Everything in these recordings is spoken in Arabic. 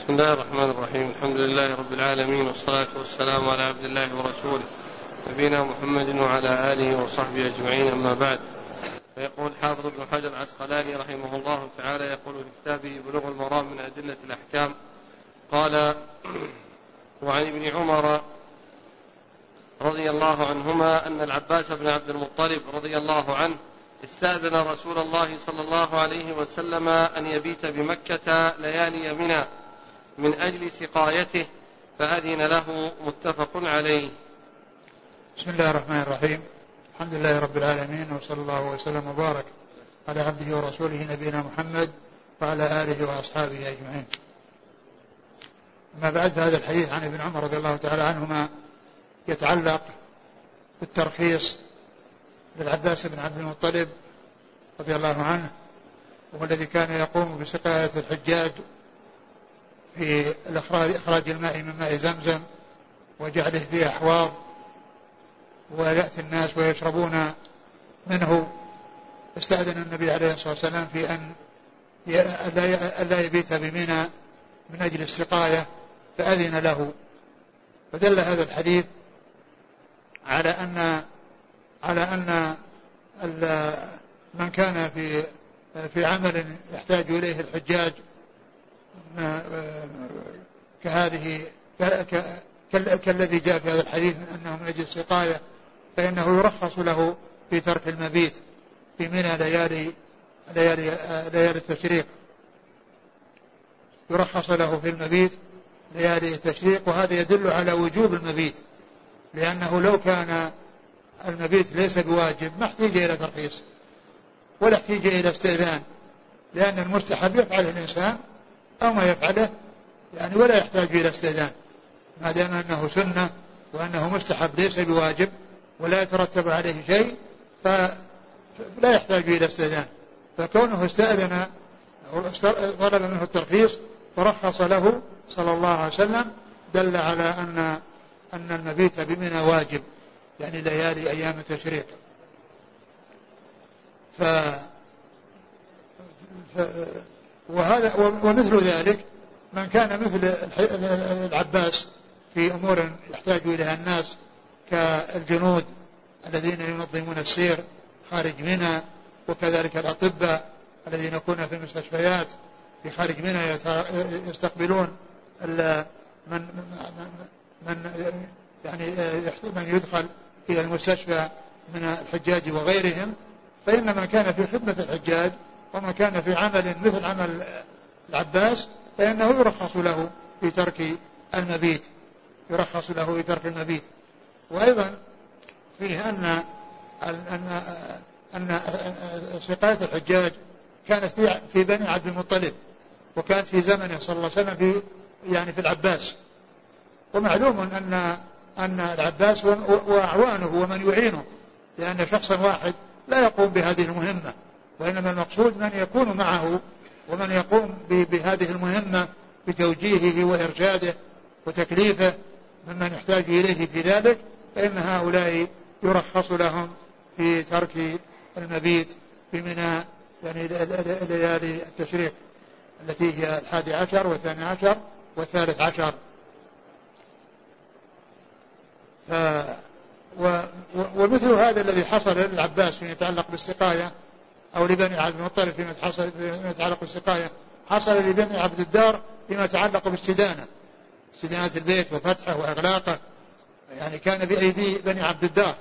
بسم الله الرحمن الرحيم. الحمد لله رب العالمين، والصلاة والسلام على عبد الله ورسوله نبينا محمد وعلى آله وصحبه أجمعين، أما بعد. فيقول حافظ ابن حجر العسقلاني رحمه الله تعالى يقول في كتابه بلوغ المرام من أدلة الأحكام قال: وعن ابن عمر رضي الله عنهما أن العباس بن عبد المطلب رضي الله عنه استأذن رسول الله صلى الله عليه وسلم أن يبيت بمكة ليالي منى من أجل سقايته فأذن له، متفق عليه. بسم الله الرحمن الرحيم. الحمد لله رب العالمين، وصلى الله وسلم وبارك على عبده ورسوله نبينا محمد وعلى آله وأصحابه أجمعين. أما بعد، هذا الحديث عن ابن عمر رضي الله تعالى عنهما يتعلق بالترخيص للعباس بن عبد المطلب رضي الله عنه، وهو الذي كان يقوم بسقاية الحجاج في إخراج الماء من ماء زمزم وجعله في أحواض، ويأتي الناس ويشربون منه. استأذن النبي عليه الصلاة والسلام في أن لا يبيت بمنى من أجل السقاية، فأذن له. فدل هذا الحديث على أن من كان في عمل يحتاج إليه الحجاج كالذي جاء في هذا الحديث أنه من أجل السقاية، فإنه يرخص له في ترك المبيت في منى ليالي التشريق، يرخص له في المبيت ليالي التشريق. وهذا يدل على وجوب المبيت، لأنه لو كان المبيت ليس بواجب ما احتاج إلى ترخيص ولا احتاج إلى استئذان، لأن المستحب يفعله الإنسان أو ما يفعله يعني ولا يحتاج إلى استئذان، ما دام أنه سنة وأنه مستحب ليس بواجب ولا يترتب عليه شيء فلا يحتاج إلى استئذان. فكونه استأذن طلب منه الترخيص فرخص له صلى الله عليه وسلم دل على أن المبيت بمنى واجب، يعني ليالي أيام التشريق. ومثل ذلك من كان مثل العباس في أمور يحتاج إليها الناس كالجنود الذين ينظمون السير خارج منى، وكذلك الأطباء الذين يكونون في المستشفيات في خارج منى يستقبلون من يدخل إلى المستشفى من الحجاج وغيرهم. فإن من كان في خدمة الحجاج ومن كان في عمل مثل عمل العباس فإنه يرخص له في ترك المبيت. وأيضا فيه أن سقاية الحجاج كانت في بني عبد المطلب، وكانت في زمنه صلى الله عليه وسلم في العباس. ومعلوم أن العباس وأعوانه ومن يعينه، لأن شخصا واحد لا يقوم بهذه المهمة، وإنما المقصود من يكون معه ومن يقوم بهذه المهمة بتوجيهه وإرشاده وتكليفه ممن يحتاج إليه في ذلك، فإن هؤلاء يرخص لهم في ترك المبيت بمنى، يعني ليالي التشريق التي هي 11 و12 و13. ومثل هذا الذي حصل للعباس فيما يتعلق بالسقاية، أو لبني عبد المطلب فيما يتعلق بالسقاية، حصل لبني عبد الدار فيما يتعلق باستدانة البيت وفتحه وإغلاقه، يعني كان بأيدي بني عبد الدار،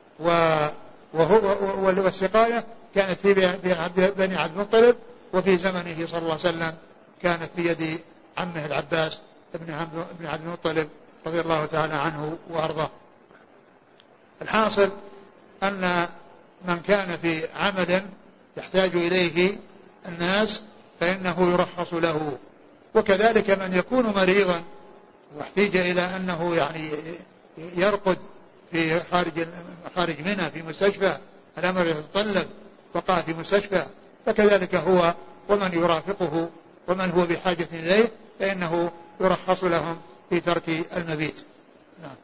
والسقاية كانت في بني عبد المطلب، وفي زمنه صلى الله عليه وسلم كانت بيد عمه العباس بن عبد المطلب رضي الله تعالى عنه وأرضاه. الحاصل أن من كان في عمل يحتاج إليه الناس فإنه يرخص له، وكذلك من يكون مريضا واحتاج إلى أنه يعني يرقد في خارج منى في مستشفى، الأمر يتطلب بقاء في مستشفى، فكذلك هو ومن يرافقه ومن هو بحاجة إليه فإنه يرخص لهم في ترك المبيت. نعم.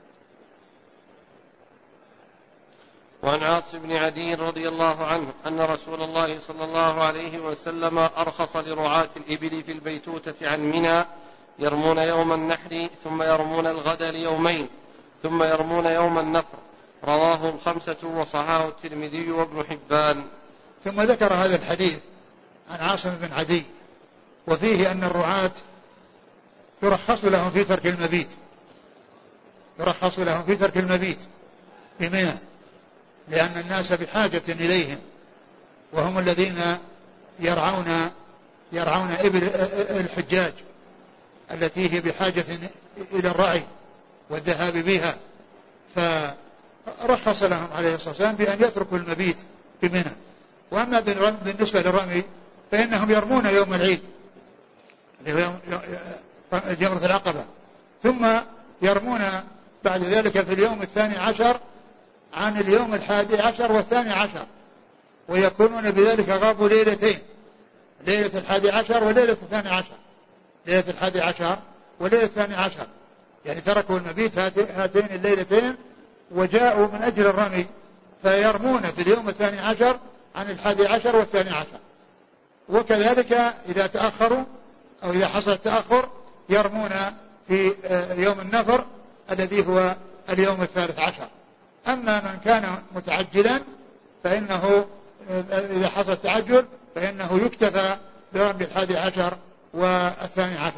وعن عاصم بن عدي رضي الله عنه أن رسول الله صلى الله عليه وسلم أرخص لرعاة الإبل في البيتوتة عن منى يرمون يوم النحر ثم يرمون الغد ليومين ثم يرمون يوم النفر. رواه الخمسة وصححه الترمذي وابن حبان. ثم ذكر هذا الحديث عن عاصم بن عدي وفيه أن الرعاة يرخص لهم في ترك المبيت، يرخص لهم في ترك المبيت بمنى، لأن الناس بحاجة إليهم، وهم الذين يرعون إبل الحجاج التي هي بحاجة إلى الرعي والذهاب بها، فرخص لهم عليه الصلاة والسلام بأن يتركوا المبيت بمنى. وأما بالنسبة للرمي فإنهم يرمون يوم العيد جمرة العقبة، ثم يرمون بعد ذلك في اليوم 12 عن اليوم 11 و12، ويكونون بذلك غابوا ليلتين، ليلة 11 وليلة 12، ليلة 11 وليلة 12، يعني تركوا المبيت هاتين الليلتين وجاءوا من أجل الرمي، فيرمون في اليوم 12 عن 11 و12. وكذلك إذا تأخروا أو إذا حصل التأخر يرمون في يوم النفر الذي هو اليوم 13. أما من كان متعجلا فإنه إذا حصل التعجل فإنه يكتفى برمي 11 و12.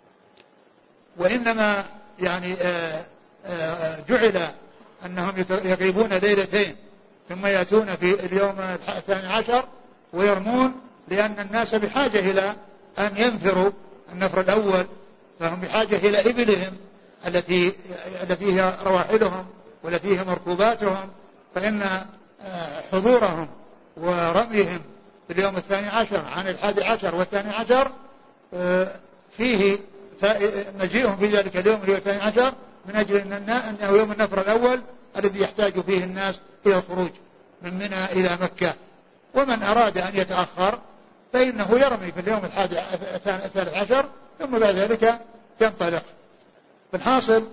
وإنما يعني جعل أنهم يغيبون ليلتين ثم يأتون في اليوم 12 ويرمون، لأن الناس بحاجة إلى أن ينفروا النفر الأول، فهم بحاجة إلى إبلهم التي هي رواحلهم والتي هي مركوباتهم، فإن حضورهم ورميهم في اليوم 12 عن 11 و12 فيه مجيئهم في ذلك اليوم اللي هو 12 من أجل أنه يوم النفر الأول الذي يحتاج فيه الناس إلى الخروج من منى إلى مكة. ومن أراد أن يتأخر فإنه يرمي في اليوم 13 ثم بعد ذلك ينطلق. فالحاصل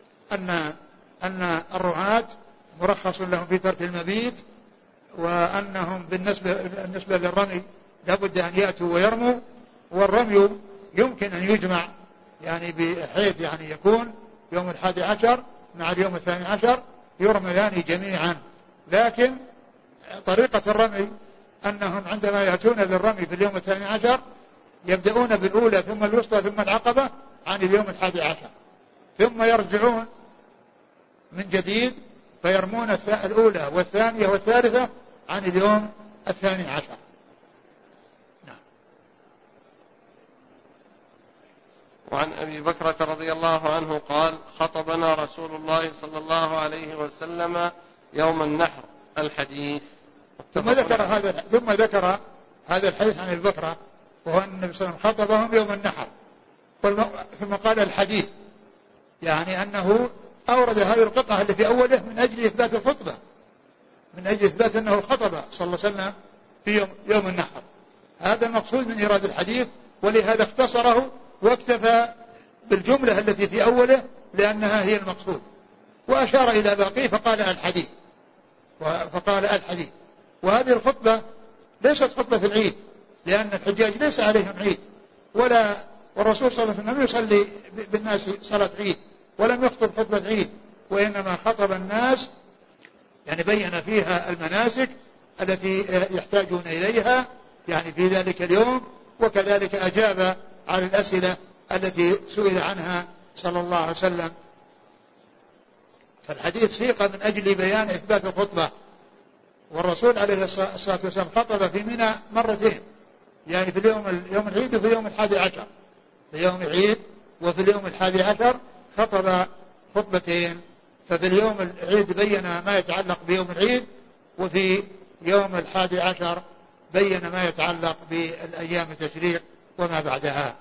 أن الرعاة مرخص لهم في ترك المبيت، وأنهم بالنسبة للرمي لابد أن يأتوا ويرموا، والرمي يمكن أن يجمع يعني بحيث يعني يكون يوم 11 مع اليوم 12 يرميان جميعا. لكن طريقة الرمي أنهم عندما يأتون للرمي في اليوم 12 يبدأون بالأولى ثم الوسطى ثم العقبة عن اليوم 11، ثم يرجعون من جديد فيرمون الأولى والثانية والثالثة عن اليوم 12. وعن أبي بكرة رضي الله عنه قال: خطبنا رسول الله صلى الله عليه وسلم يوم النحر. الحديث. ثم ذكر هذا الحديث عن أبي بكرة، وهو أن النبي صلى الله عليه وسلم خطبهم يوم النحر، ثم قال الحديث، يعني أنه أورد هذه القطعة اللي في أوله من أجل إثبات الخطبة، من أجل إثبات أنه خطب صلى الله عليه وسلم في يوم النحر. هذا المقصود من إيراد الحديث، ولهذا اختصره واكتفى بالجملة التي في أوله لأنها هي المقصود، وأشار إلى باقيه فقال الحديث. وهذه الخطبة ليست خطبة العيد، لأن الحجاج ليس عليهم عيد، والرسول صلى الله عليه وسلم يصلي بالناس صلاة عيد ولم يخطب خطبة عيد، وإنما خطب الناس يعني بين فيها المناسك التي يحتاجون إليها يعني في ذلك اليوم، وكذلك أجاب على الأسئلة التي سئل عنها صلى الله عليه وسلم. فالحديث سيق من أجل بيان إثبات الخطبة. والرسول عليه الصلاة والسلام خطب في منى مرتين، يعني في يوم العيد وفي يوم 11، في يوم العيد وفي اليوم 11 خطب خطبتين. ففي اليوم العيد بين ما يتعلق بيوم العيد، وفي يوم 11 بين ما يتعلق بالأيام التشريق وما بعدها.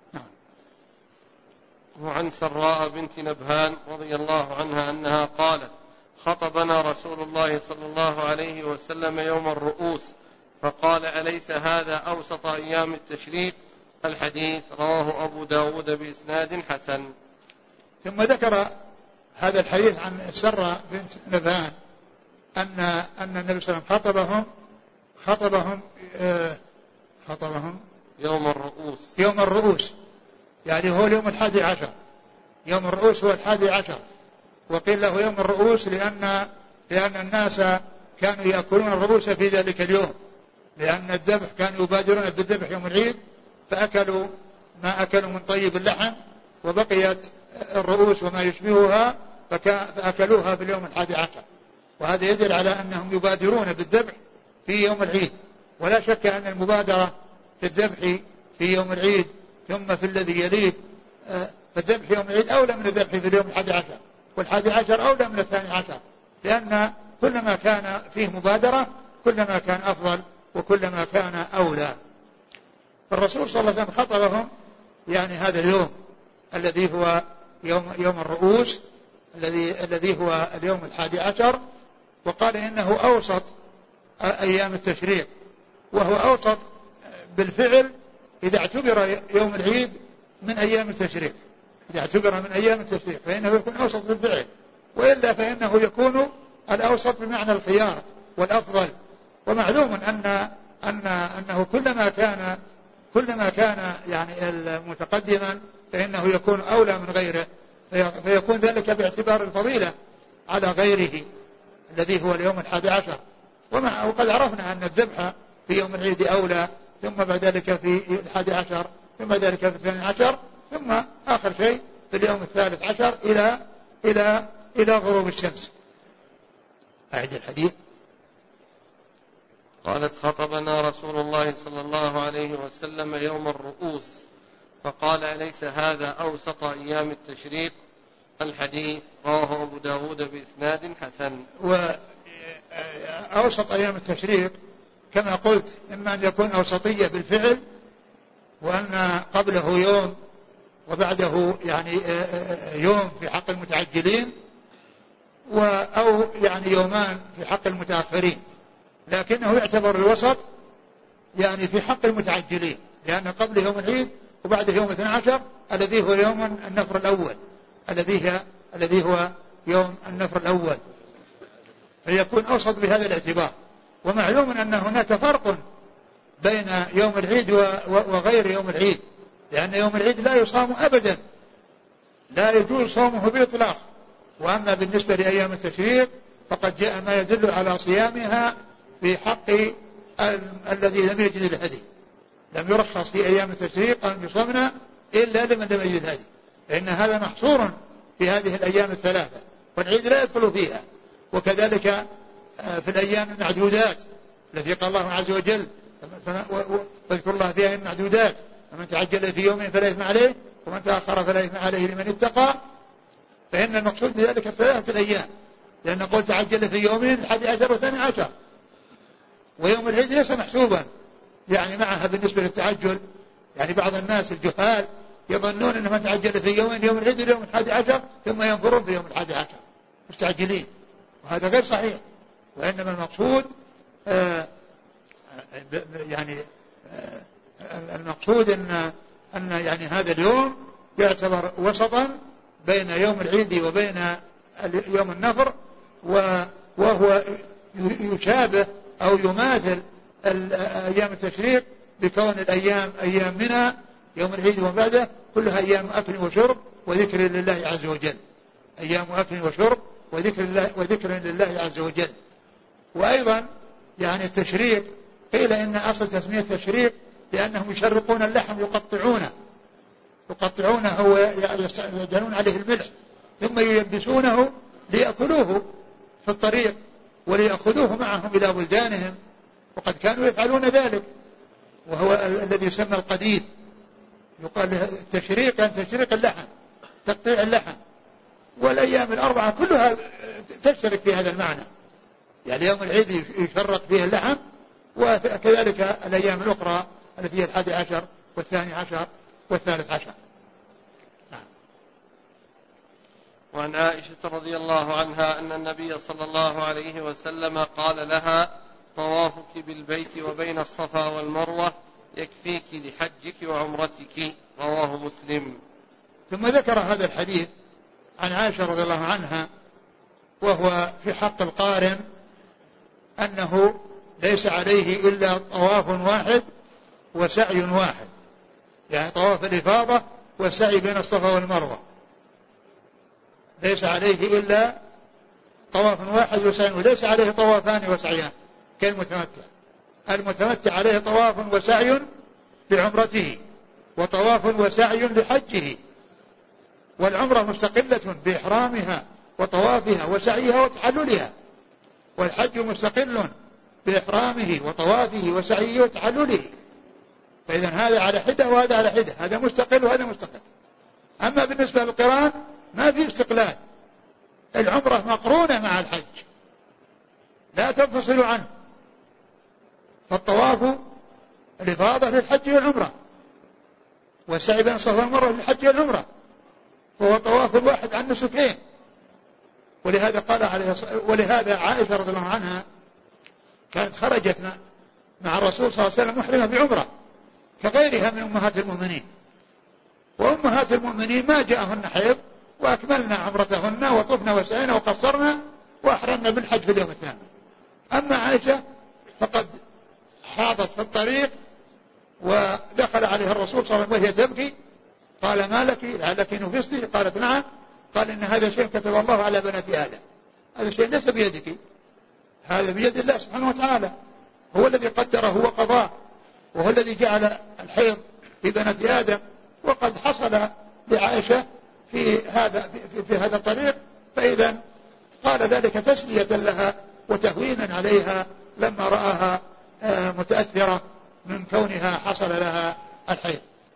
وعن سراء بنت نبهان رضي الله عنها أنها قالت: خطبنا رسول الله صلى الله عليه وسلم يوم الرؤوس فقال: أليس هذا أوسط أيام التشريق؟ الحديث. رواه أبو داود بإسناد حسن. ثم ذكر هذا الحديث عن سراء بنت نبهان أن النبي صلى الله عليه وسلم خطبهم يوم الرؤوس، يعني هو اليوم 11، يوم الرؤوس هو 11، وقيل له يوم الرؤوس لأن الناس كانوا يأكلون الرؤوس في ذلك اليوم، لأن الذبح كانوا يبادرون بالذبح يوم العيد، فأكلوا ما أكلوا من طيب اللحم، وبقيت الرؤوس وما يشبهها فأكلوها في اليوم 11. وهذا يدل على أنهم يبادرون بالذبح في يوم العيد. ولا شك أن المبادرة في الذبح في يوم العيد ثم في الذي يليه، فالذبح يوم العيد أولى من الذبح في اليوم 11، وال11 أولى من 12، لأن كلما كان فيه مبادرة كلما كان أفضل وكلما كان أولى. الرسول صلى الله عليه وسلم خطبهم يعني هذا اليوم الذي هو يوم الرؤوس الذي هو اليوم 11، وقال إنه أوسط أيام التشريق، وهو أوسط بالفعل إذا اعتبر يوم العيد من أيام التشريق، إذا اعتبر من أيام التشريق فإنه يكون أوسط بالفعل، وإلا فإنه يكون الأوسط بمعنى الخيار والأفضل. ومعلوم أنه كلما كان يعني متقدما فإنه يكون أولى من غيره، فيكون ذلك باعتبار الفضيلة على غيره الذي هو اليوم 11. وقد عرفنا أن الذبح في يوم العيد أولى، ثم بعد ذلك في 11، ثم بعد ذلك في 12، ثم آخر شيء في اليوم 13 إلى غروب الشمس. أعد الحديث. قالت خطبنا رسول الله صلى الله عليه وسلم يوم الرؤوس فقال أليس هذا أوسط أيام التشريق؟ الحديث رواه أبو داود بإسناد حسن. وأوسط أيام التشريق كما قلت إما أن يكون أوسطية بالفعل، وأن قبله يوم وبعده يعني يوم في حق المتعجلين، أو يعني يومان في حق المتأخرين، لكنه يعتبر الوسط يعني في حق المتعجلين، لأن قبل يوم العيد وبعده يوم 12 الذي هو يوم النفر الأول، الذي هو يوم النفر الأول، فيكون أوسط بهذا الاعتبار. ومعلوم أن هناك فرق بين يوم العيد وغير يوم العيد، لأن يوم العيد لا يصام أبدا، لا يجوز صومه بإطلاق. وأما بالنسبة لأيام التشريق فقد جاء ما يدل على صيامها في حق الذي لم يجد الهدي، لم يرخص في أيام التشريق أن يصومنا إلا لمن لم يجد الهدي، فإن هذا محصور في هذه الأيام الثلاثة، والعيد لا يدخل فيها. وكذلك في الأيام المعدودات التي قال الله عز وجل واذكر الله فيها المعدودات، فمن تعجل في يوم فلا إثم عليه ومن تأخر فلا إثم عليه لمن اتقى، فإن المقصود بذلك الثلاثة الأيام، لأن قول تعجل في يومين 11 و12، ويوم العيد ليس محسوبا يعني معها بالنسبة للتعجل. يعني بعض الناس الجهال يظنون أن من تعجل في يومين يوم العيد اليوم 11 ثم ينفرون في يوم 11 مستعجلين، وهذا غير صحيح. وإنما المقصود يعني المقصود أن يعني هذا اليوم يعتبر وسطا بين يوم العيد وبين يوم النفر، وهو يشابه أو يماثل أيام التشريق بكون الأيام أيام منى يوم العيد وبعده كلها أيام أكل وشرب وذكر لله عز وجل، أيام أكل وشرب وذكر لله عز وجل. وأيضا يعني التشريق قيل إن أصل تسمية التشريق لأنهم يشرقون اللحم يقطعونه ويجعلون عليه الملح ثم يلبسونه ليأكلوه في الطريق وليأخذوه معهم إلى بلدانهم، وقد كانوا يفعلون ذلك، وهو الذي يسمى القديد. يقال التشريق يعني تشريق اللحم، تقطيع اللحم. والأيام الأربعة كلها تشترك في هذا المعنى، يعني يوم العيد يشرق فيه اللحم، وكذلك الأيام الأخرى التي هي 11 و12 و13. وعن عائشة رضي الله عنها أن النبي صلى الله عليه وسلم قال لها طوافك بالبيت وبين الصفا والمروة يكفيك لحجك وعمرتك، رواه مسلم. ثم ذكر هذا الحديث عن عائشة رضي الله عنها وهو في حق القارن أنه ليس عليه إلا طواف واحد وسعي واحد، يعني طواف الإفاضة والسعي بين الصفا والمروة، ليس عليه إلا طواف واحد وسعي، وليس عليه طوافان وسعيان كالمتمتع. المتمتع عليه طواف وسعي لعمرته وطواف وسعي لحجه، والعمرة مستقلة بإحرامها وطوافها وسعيها وتحللها، والحج مستقل بإحرامه وطوافه وسعيه وتحلله. فإذا هذا على حدة وهذا على حدة، هذا مستقل وهذا مستقل. أما بالنسبة للقران ما في استقلال، العمرة مقرونة مع الحج لا تنفصل عنه، فالطواف الإفاضة للحج والعمرة، والسعي بين الصفا والمروة للحج والعمرة، وهو طواف واحد عن نسكين. ولهذا عائشة رضي الله عنها كانت خرجت مع الرسول صلى الله عليه وسلم محرمة بعمرة كغيرها من أمهات المؤمنين، وأمهات المؤمنين ما جاءهن حيض وأكملنا عمرتهن وطفنا وسعينا وقصرنا وأحرمنا بالحج في اليوم الثامن. أما عائشة فقد حاضت في الطريق ودخل عليها الرسول صلى الله عليه وسلم وهي تبكي، قال ما لك لعلك نفستي؟ قالت نعم. قال إن هذا شيء كتب الله على بنات آدم، هذا شيء ليس بيدك، هذا بيد الله سبحانه وتعالى، هو الذي قدره وقضاه، وهو الذي جعل الحيض في بنات آدم. وقد حصل لعائشة في هذا الطريق، فإذا قال ذلك تسلية لها وتهوينا عليها لما رآها متأثرة من كونها حصل لها الحيض.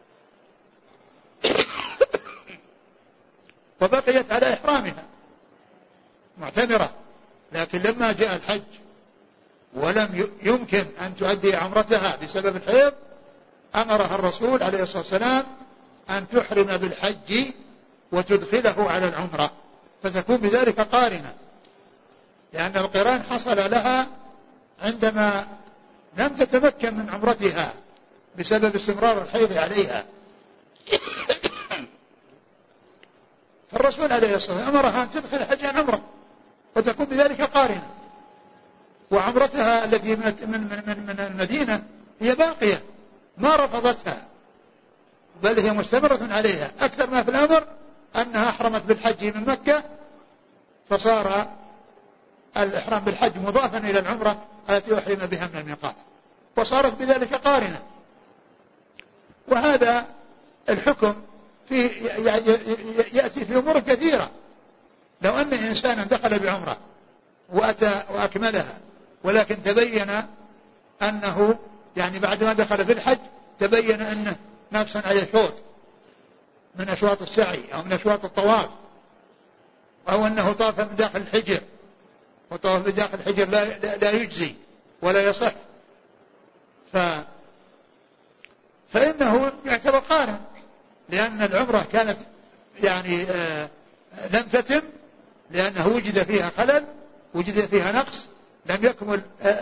وبقيت على إحرامها معتمرة، لكن لما جاء الحج ولم يمكن أن تؤدي عمرتها بسبب الحيض، أمرها الرسول عليه الصلاة والسلام أن تحرم بالحج وتدخله على العمرة، فتكون بذلك قارنة، لأن القران حصل لها عندما لم تتمكن من عمرتها بسبب استمرار الحيض عليها. فالرسول عليه الصلاة والسلام أمرها أن تدخل الحج على العمرة وتكون بذلك قارنة، وعمرتها التي من المدينة هي باقية ما رفضتها، بل هي مستمرة عليها. أكثر ما في الأمر أنها أحرمت بالحج من مكة، فصار الإحرام بالحج مضافا إلى العمرة التي أحرم بها من الميقات، وصارت بذلك قارنة. وهذا الحكم يأتي في أمور كثيرة. لو أن إنسانا دخل بعمرة وأتى وأكملها، ولكن تبين أنه بعد ما دخل في الحج تبين أنه ناقصا عليه شوط من أشواط السعي أو من أشواط الطواف، أو أنه طاف من داخل الحجر، وطواف من داخل الحجر لا يجزي ولا يصح، فإنه يعتبر قارن، لأن العمرة كانت لم تتم، لأنه وجد فيها خلل، وجد فيها نقص، لم يكمل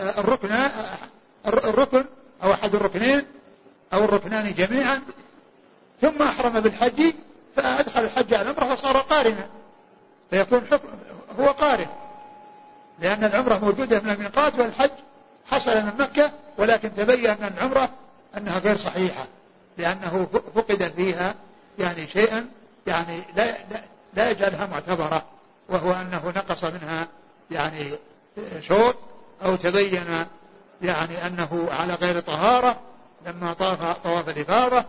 الركن أو أحد الركنين أو الركنان جميعا، ثم أحرم بالحج فأدخل الحج على العمرة فصار قارنا، فيكون هو قارن، لأن العمرة موجودة من الميقات والحج حصل من مكة، ولكن تبين أن العمرة أنها غير صحيحة، لأنه فقد فيها شيئا لا يجعلها معتبرة، وهو أنه نقص منها شوط، أو تبين أنه على غير طهارة لما طاف طواف الإفاضة،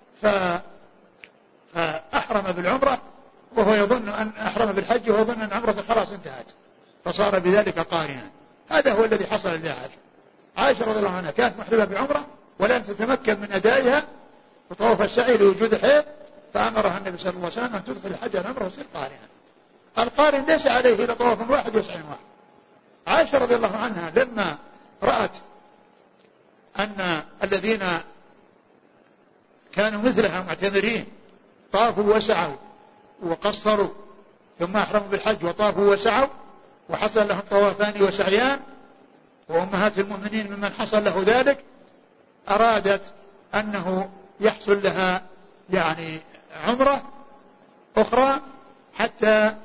فأحرم بالعمرة وهو يظن أن أحرم بالحج وهو يظن أن عمرته خلاص انتهت، فصار بذلك قارنا. هذا هو الذي حصل لعائشة. عائشة رضي الله عنها كانت محرمة بعمرة ولم تتمكن من أدائها وطواف السعي لوجود حيض، فأمرها النبي صلى الله عليه وسلم أن تدخل الحج على العمرة وتصير قارنا. القارن ليس عليه إلا طواف واحد وسعي واحد. عائشة رضي الله عنها لما رأت أن الذين كانوا مثلها معتمرين طافوا وسعوا وقصروا ثم أحرموا بالحج وطافوا وسعوا وحصل لهم طوافان وسعيان، وأمهات المؤمنين ممن حصل له ذلك، أرادت أنه يحصل لها عمرة أخرى حتى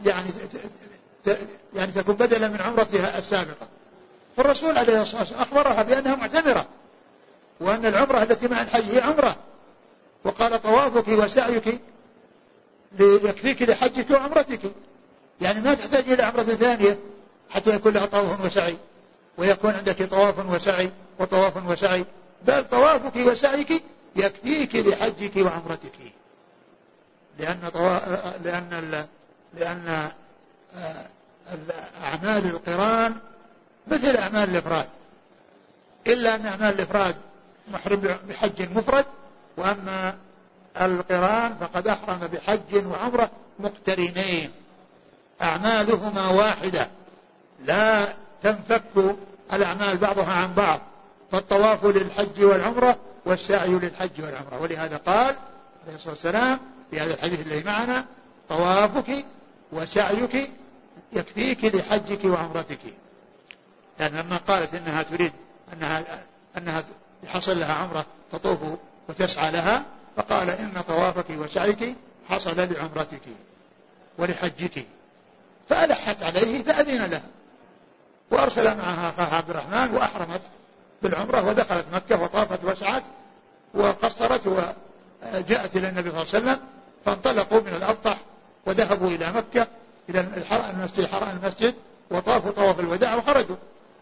تكون بدلا من عمرتها السابقة. فالرسول عليه الصلاة والسلام أخبرها بأنها معتمرة، وأن العمرة التي مع الحج هي عمرة، وقال طوافك وسعيك يكفيك لحجك وعمرتك، يعني ما تحتاج إلى عمرة ثانية حتى يكون لها طواف وسعي ويكون عندك طواف وسعي وطواف وسعي، بل طوافك وسعيك يكفيك لحجك وعمرتك، لأن أعمال القران مثل أعمال الإفراد، إلا أن أعمال الإفراد محرم بحج مفرد، وأما القران فقد أحرم بحج وعمرة مقترنين أعمالهما واحدة لا تنفك الأعمال بعضها عن بعض، فالطواف للحج والعمرة والسعي للحج والعمرة. ولهذا قال عليه الصلاة والسلام في هذا الحديث الذي معنا: طوافك وسعيك يكفيك لحجك وعمرتك. يعني لما قالت إنها تريد أنها يحصل لها عمرة تطوف وتسعى لها، فقال: إن طوافك وسعيك حصل لعمرتك ولحجك، فألحت عليه فأذن لها، وأرسل معها أخاها عبد الرحمن وأحرمت بالعمرة ودخلت مكة وطافت وسعت وقصرت وجاءت إلى النبي صلى الله عليه وسلم، فانطلقوا من الأبطح وذهبوا إلى مكة إلى المسجد وطافوا طواف الوداع وخرجوا.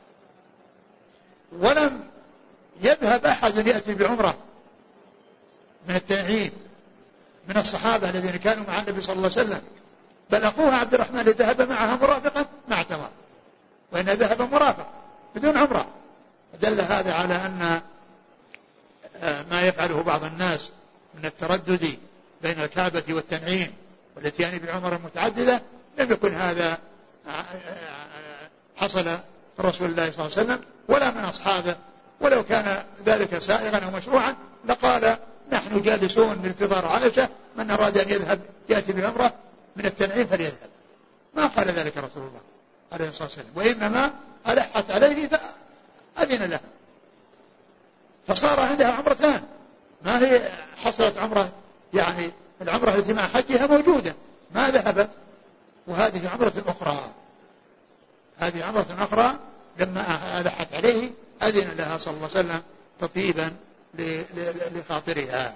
ولم يذهب أحد يأتي بعمرة من التنعيم من الصحابة الذين كانوا مع النبي صلى الله عليه وسلم، بل أخوها عبد الرحمن ذهب معها مرافقا مع اعتمر، وإن ذهب مرافق بدون عمرة. دل هذا على أن ما يفعله بعض الناس من التردد بين الكعبة والتنعيم والاتيان بعمر متعددة لم يكن هذا حصل رسول الله صلى الله عليه وسلم ولا من أصحابه، ولو كان ذلك سائغا أو مشروعا لقال: نحن جالسون بانتظار عائشة، من أراد أن يذهب يأتي بعمرة من التنعيم فليذهب. ما قال ذلك رسول الله عليه الصلاة والسلام، وإنما ألحت عليه فأذن لها، فصار عندها عمرتان، ما هي حصلت عمرة، يعني العمرة التي مع حجها موجودة ما ذهبت، وهذه عمرة أخرى، هذه عمرة أخرى لما ألحت عليه أذن لها صلى الله عليه وسلم تطيبا لخاطرها.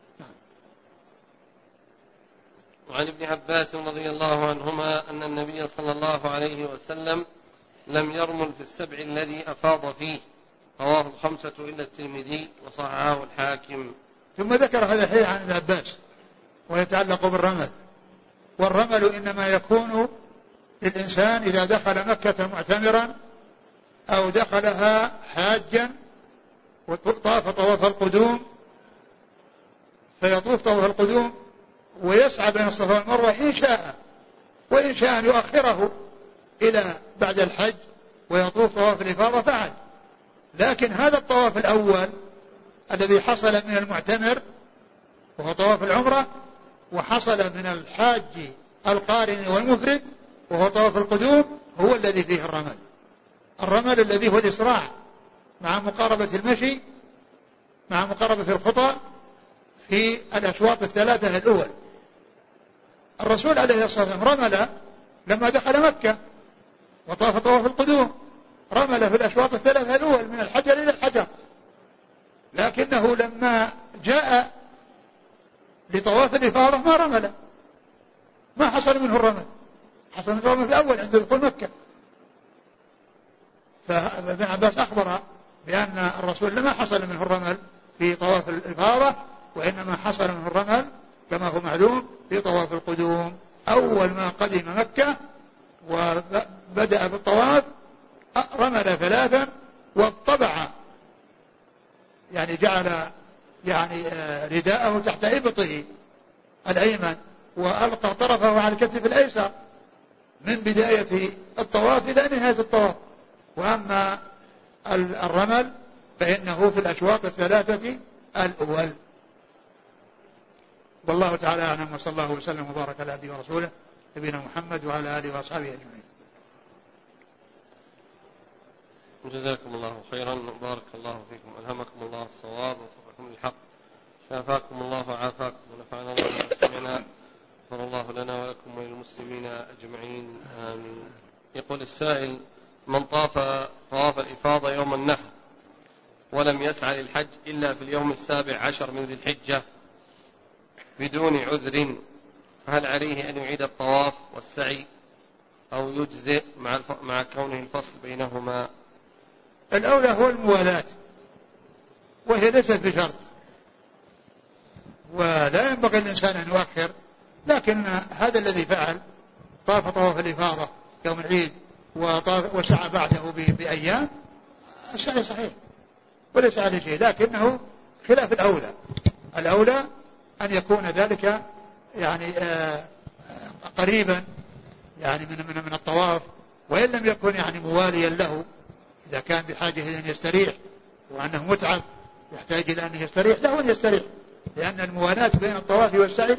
وعن ابن عباس رضي الله عنهما أن النبي صلى الله عليه وسلم لم يرمل في السبع الذي أفاض فيه، رواه الخمسة إلا الترمذي وصححه الحاكم. ثم ذكر هذا الحديث عن ابن عباس ويتعلق بالرمل، والرمل إنما يكون للإنسان إذا دخل مكة معتمرا أو دخلها حاجا وطاف طواف القدوم، فيطوف طواف القدوم ويسعى بين الصفا والمروة إن شاء، وإن شاء أن يؤخره إلى بعد الحج ويطوف طواف الإفاضة فعل. لكن هذا الطواف الأول الذي حصل من المعتمر وهو طواف العمرة، وحصل من الحاج القارن والمفرد وهو طواف القدوم، هو الذي فيه الرمل. الرمل الذي هو الإسراع مع مقاربة المشي مع مقاربة الخطى في الأشواط الثلاثة الأول. الرسول عليه الصلاة والسلام رمل لما دخل مكة وطاف طواف القدوم، رمل في الأشواط الثلاثة الأول من الحجر إلى الحجر، لكنه لما جاء لطواف الإفاضة ما رمل، ما حصل منه الرمل، حصل منه الرمل في الأول عند دخول مكة. فابن عباس أخبر بأن الرسول لما حصل منه الرمل في طواف الإفاضة، وإنما حصل منه الرمل كما هو معلوم في طواف القدوم. أول ما قدم مكة وبدأ بالطواف رمل ثلاثا واطبع، يعني جعل رداءه تحت إبطه الأيمن وألقى طرفه على الكتف الأيسر من بداية الطواف إلى نهاية الطواف. وأما الرمل فإنه في الأشواط الثلاثة الأول. والله تعالى أعلم، وصلى الله وسلم وبارك على عبده ورسوله نبينا محمد وعلى آله وأصحابه أجمعين. جزاكم الله خيرا، بارك الله فيكم، ألهمكم الله الصواب ووفقكم للحق، شافاكم الله وعافاكم ونفعنا الله بما سمعنا، غفر الله لنا ولكم وللمسلمين أجمعين، آمين. يقول السائل: من طاف طواف الإفاضة يوم النحر ولم يسعى للحج إلا في اليوم 17 من ذي الحجة بدون عذر فهل عليه أن يعيد الطواف والسعي أو يجزئ مع كونه الفصل بينهما؟ الأولى هو الموالاة، وهي ليست بشرط، ولا ينبغي الإنسان أن يؤخر، لكن هذا الذي فعل طاف طواف الإفاضة يوم العيد وسعى بعده بأيام، السعي صحيح وليس عليه شيء، لكنه خلاف الأولى. الأولى أن يكون ذلك يعني قريبا يعني من الطواف، وإن لم يكن يعني مواليا له، إذا كان بحاجة إلى أن يستريح وأنه متعب يحتاج إلى أن يستريح له أن يستريح، لأن الموالاة بين الطواف والسعي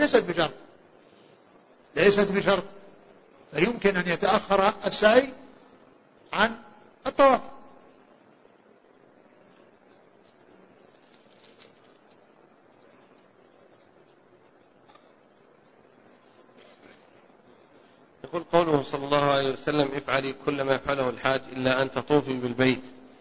ليست بشرط، فيمكن أن يتأخر السعي عن الطواف. يقول قوله صلى الله عليه وسلم افعلي كل ما يفعله الحاج إلا أن تطوفي بالبيت،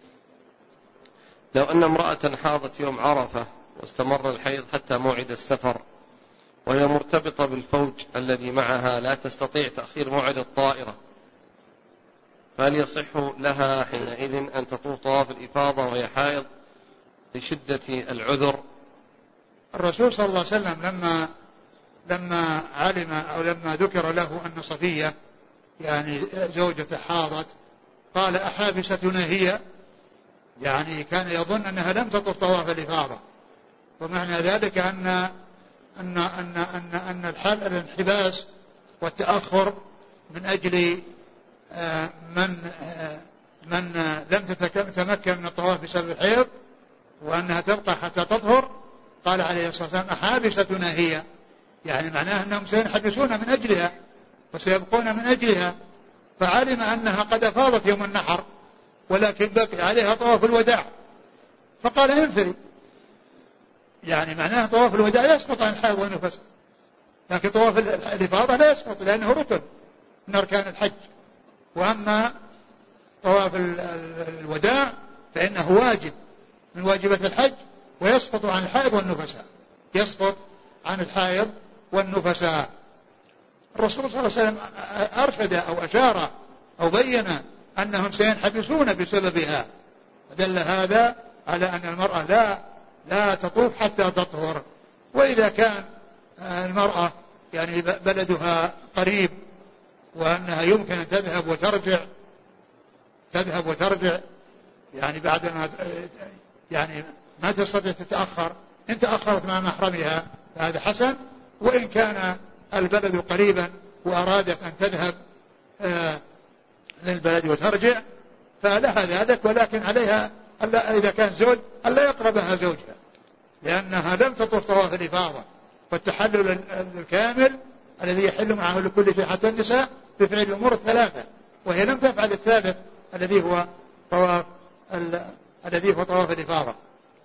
لو أن امرأة حاضت يوم عرفة واستمر الحيض حتى موعد السفر وهي مرتبطة بالفوج الذي معها لا تستطيع تأخير موعد الطائرة، فهل يصح لها حينئذ أن تطوف طواف الإفاضة وهي حائض لشدة العذر؟ الرسول صلى الله عليه وسلم لما علم أو لما ذكر له أن صفية يعني زوجته حاضت قال أحابستنا هي، يعني كان يظن أنها لم تطف طواف الإفاضة، ومعنى ذلك أن الانحباس والتأخر من أجل من لم تتمكن من الطواف بسبب الحيض وأنها تبقى حتى تطهر، قال عليه الصلاة والسلام أحابستنا هي، يعني معناه أنهم سينحبسون من أجلها وسيبقون من أجلها، فعلم أنها قد أفاضت يوم النحر ولكن بقي عليها طواف الوداع فقال انفري، يعني معناه طواف الوداع لا يسقط عن الحائض والنفس، لكن طواف الإفاضة لا يسقط لأنه ركن من أركان الحج، وأما طواف الوداع فإنه واجب من واجبات الحج ويسقط عن الحائض والنفساء، يسقط عن الحائض والنفساء. الرسول صلى الله عليه وسلم أرشد أو أشار أو بين أنهم سينحبسون بسببها، فدل هذا على أن المرأة لا تطوف حتى تطهر. وإذا كان المرأة يعني بلدها قريب وأنها يمكن أن تذهب وترجع يعني بعد ما يعني ما تستطيع تتأخر، إن تأخرت مع محرمها فهذا حسن، وإن كان البلد قريبا وأرادت أن تذهب للبلد وترجع فلها ذلك، ولكن عليها إذا كان زوج ألا يقربها زوجها، لأنها لم تطوف طواف الإفاضة، والتحلل الكامل الذي يحل معه لكل شيء حتى النساء بفعل الأمور الثلاثة، وهي لم تفعل الثالث الذي هو طواف الإفاضة.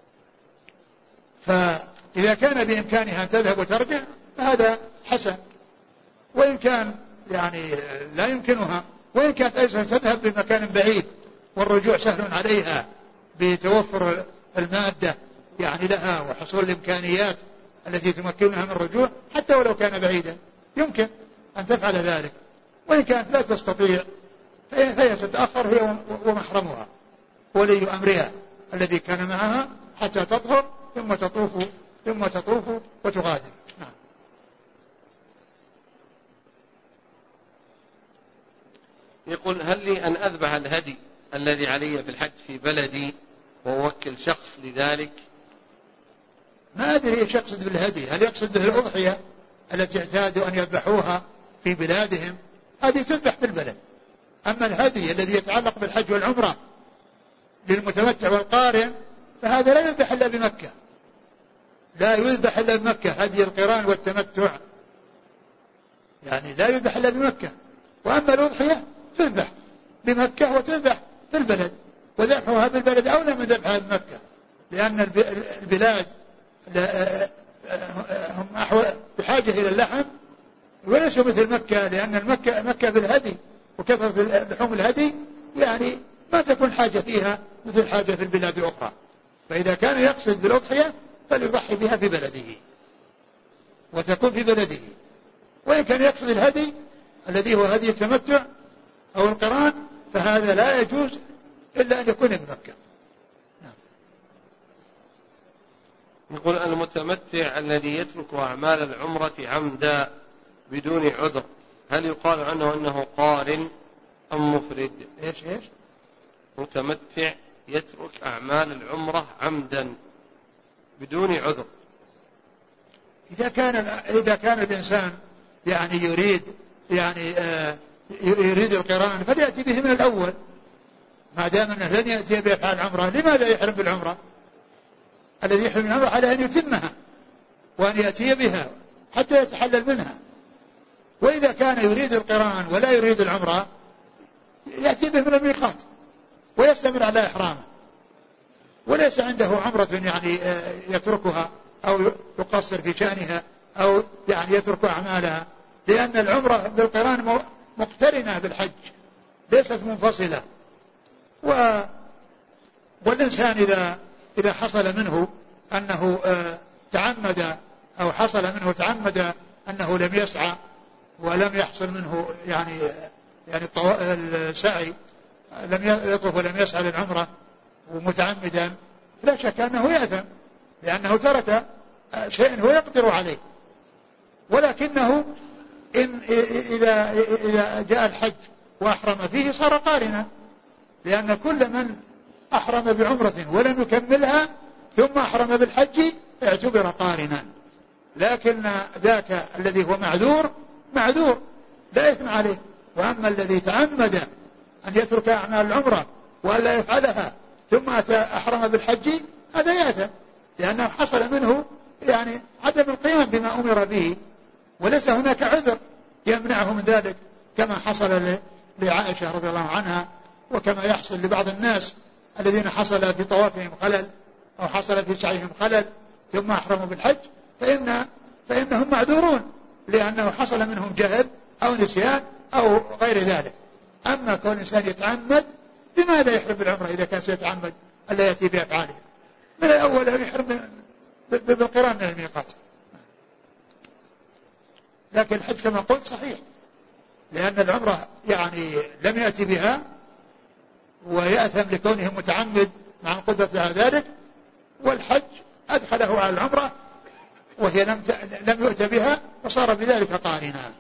فإذا كان بإمكانها أن تذهب وترجع فهذا حسن، وإن كان يعني لا يمكنها، وإن كانت أيضا تذهب بمكان بعيد والرجوع سهل عليها بتوفر المادة يعني لها وحصول الإمكانيات التي تمكنها من الرجوع، حتى ولو كان بعيدا يمكن أن تفعل ذلك، وإن كانت لا تستطيع فهي تتأخر هي ومحرمها ولي أمرها الذي كان معها حتى تطهر ثم تطوف وتغادر. نعم. يقول هل لي أن أذبح الهدي الذي علي في الحج في بلدي وأوكل شخص لذلك؟ ما أدري إيش يقصد بالهدي، هل يقصد به الأضحية التي اعتادوا أن يذبحوها في بلادهم؟ هذه تذبح بالبلد. أما الهدي الذي يتعلق بالحج والعمرة للمتمتع والقارن فهذا لا يذبح إلا بمكة، لا يذبح إلا بمكة، هدي القران والتمتع يعني لا يذبح إلا بمكة. وأما الأضحية تذبح بمكة وتذبح في البلد، وذبحها بالبلد أولى من ذبحها بمكة، لأن البلاد هم بحاجة إلى اللحم وليسوا مثل مكة، لأن مكة بالهدي وكثرة لحوم الهدي يعني ما تكون حاجة فيها مثل حاجة في البلاد الأخرى، فإذا كان يقصد بالأضحية فليضحي بها في بلده. وتكون في بلده. وإن كان يقصد الهدي الذي هو هدي التمتع أو القران فهذا لا يجوز إلا أن يكون بمكة. يقول المتمتع الذي يترك أعمال العمرة عمدا بدون عذر هل يقال عنه أنه قارن أم مفرد؟ إيش متمتع يترك أعمال العمرة عمدا بدون عذر. إذا كان الإنسان يعني يريد القران فليأتي به من الأول، ما دام أنه لن يأتي بأفعال العمرة لماذا يحرم بالعمرة؟ الذي يحرم بالعمرة على أن يتمها وأن يأتي بها حتى يتحلل منها. وإذا كان يريد القران ولا يريد العمرة يأتي به من الميقات ويستمر على إحرامه، وليس عنده عمرة يعني يتركها أو يقصر في شأنها أو يعني يترك أعمالها، لأن العمرة بالقران مقترنة بالحج ليست منفصلة. والإنسان إذا حصل منه أنه تعمد أو حصل منه تعمد أنه لم يسعى ولم يحصل منه يعني السعي، لم يطف ولم يسعى للعمرة ومتعمدا لا شك أنه يأثم لأنه ترك شيء هو يقدر عليه. ولكنه إذا جاء الحج وأحرم فيه صار قارنا، لأن كل من أحرم بعمرة ولم يكملها ثم أحرم بالحج اعتبر قارنا. لكن ذاك الذي هو معذور لا إثم عليه. وأما الذي تعمد أن يترك أعمال العمرة ولا يفعلها ثم أحرم بالحج هذا يأثم، لأنه حصل منه يعني عدم القيام بما أمر به، وليس هناك عذر يمنعه من ذلك كما حصل لعائشة رضي الله عنها، وكما يحصل لبعض الناس الذين حصل في طوافهم خلل أو حصل في سعيهم خلل ثم أحرموا بالحج فإنهم معذورون لأنه حصل منهم جهل أو نسيان أو غير ذلك. أما كون الإنسان يتعمد لماذا يحرم بالعمرة إذا كان سيتعمد ألا يأتي بأفعاله؟ من الأول يحرم بالقران من الميقات. لكن الحج كما قلت صحيح، لأن العمرة يعني لم يأتي بها ويأثم لكونه متعمد مع القدرة على ذلك، والحج أدخله على العمرة وهي لم يؤت بها فصار بذلك قارنا.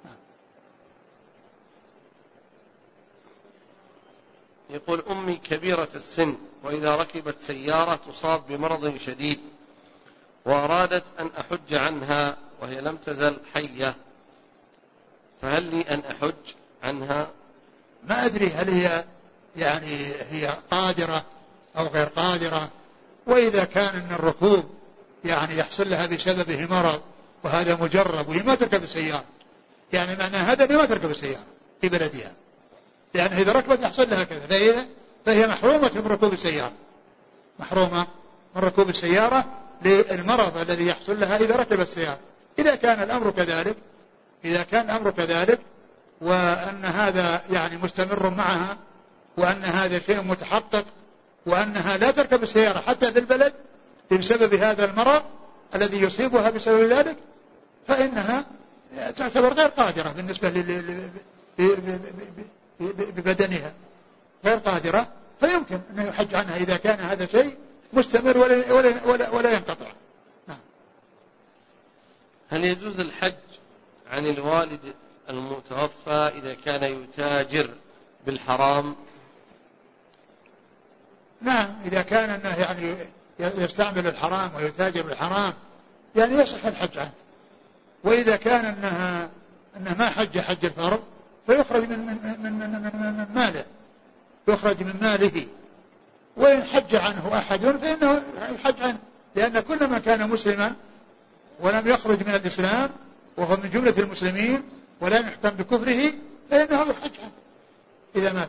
يقول أمي كبيرة السن وإذا ركبت سيارة تصاب بمرض شديد وأرادت أن أحج عنها وهي لم تزل حية، فهل لي أن أحج عنها؟ ما أدري هل هي قادرة أو غير قادرة. وإذا كان أن الركوب يعني يحصل لها بسببه مرض وهذا مجرب وهي ما تركب السيارة، يعني معنى هذا أنها ما تركب السيارة في بلدها، لأن إذا ركبت يحصل لها كذا فهي محرومة من ركوب السيارة، محرومة من ركوب السيارة للمرض الذي يحصل لها إذا ركبت السيارة. إذا كان الأمر كذلك وأن هذا يعني مستمر معها وأن هذا شيء متحقق وأنها لا تركب السيارة حتى في البلد بسبب هذا المرض الذي يصيبها بسبب ذلك فإنها تعتبر غير قادرة بالنسبة ببدنها، غير قادرة، فيمكن أن يحج عنها إذا كان هذا شيء مستمر ولا ينقطع. هل يجوز الحج عن الوالد المتوفى إذا كان يتاجر بالحرام؟ نعم، إذا كان أنه يعني يستعمل الحرام ويتاجر بالحرام يعني يصح الحج عنه. وإذا كان أنه ما حج الفرض فيخرج من ماله، يخرج من ماله. وإن حج عنه أحد فإنه يحج عنه، لأن كل من كان مسلما ولم يخرج من الإسلام وهو من جملة المسلمين ولم يحكم بكفره فإنه يحج عنه إذا مات.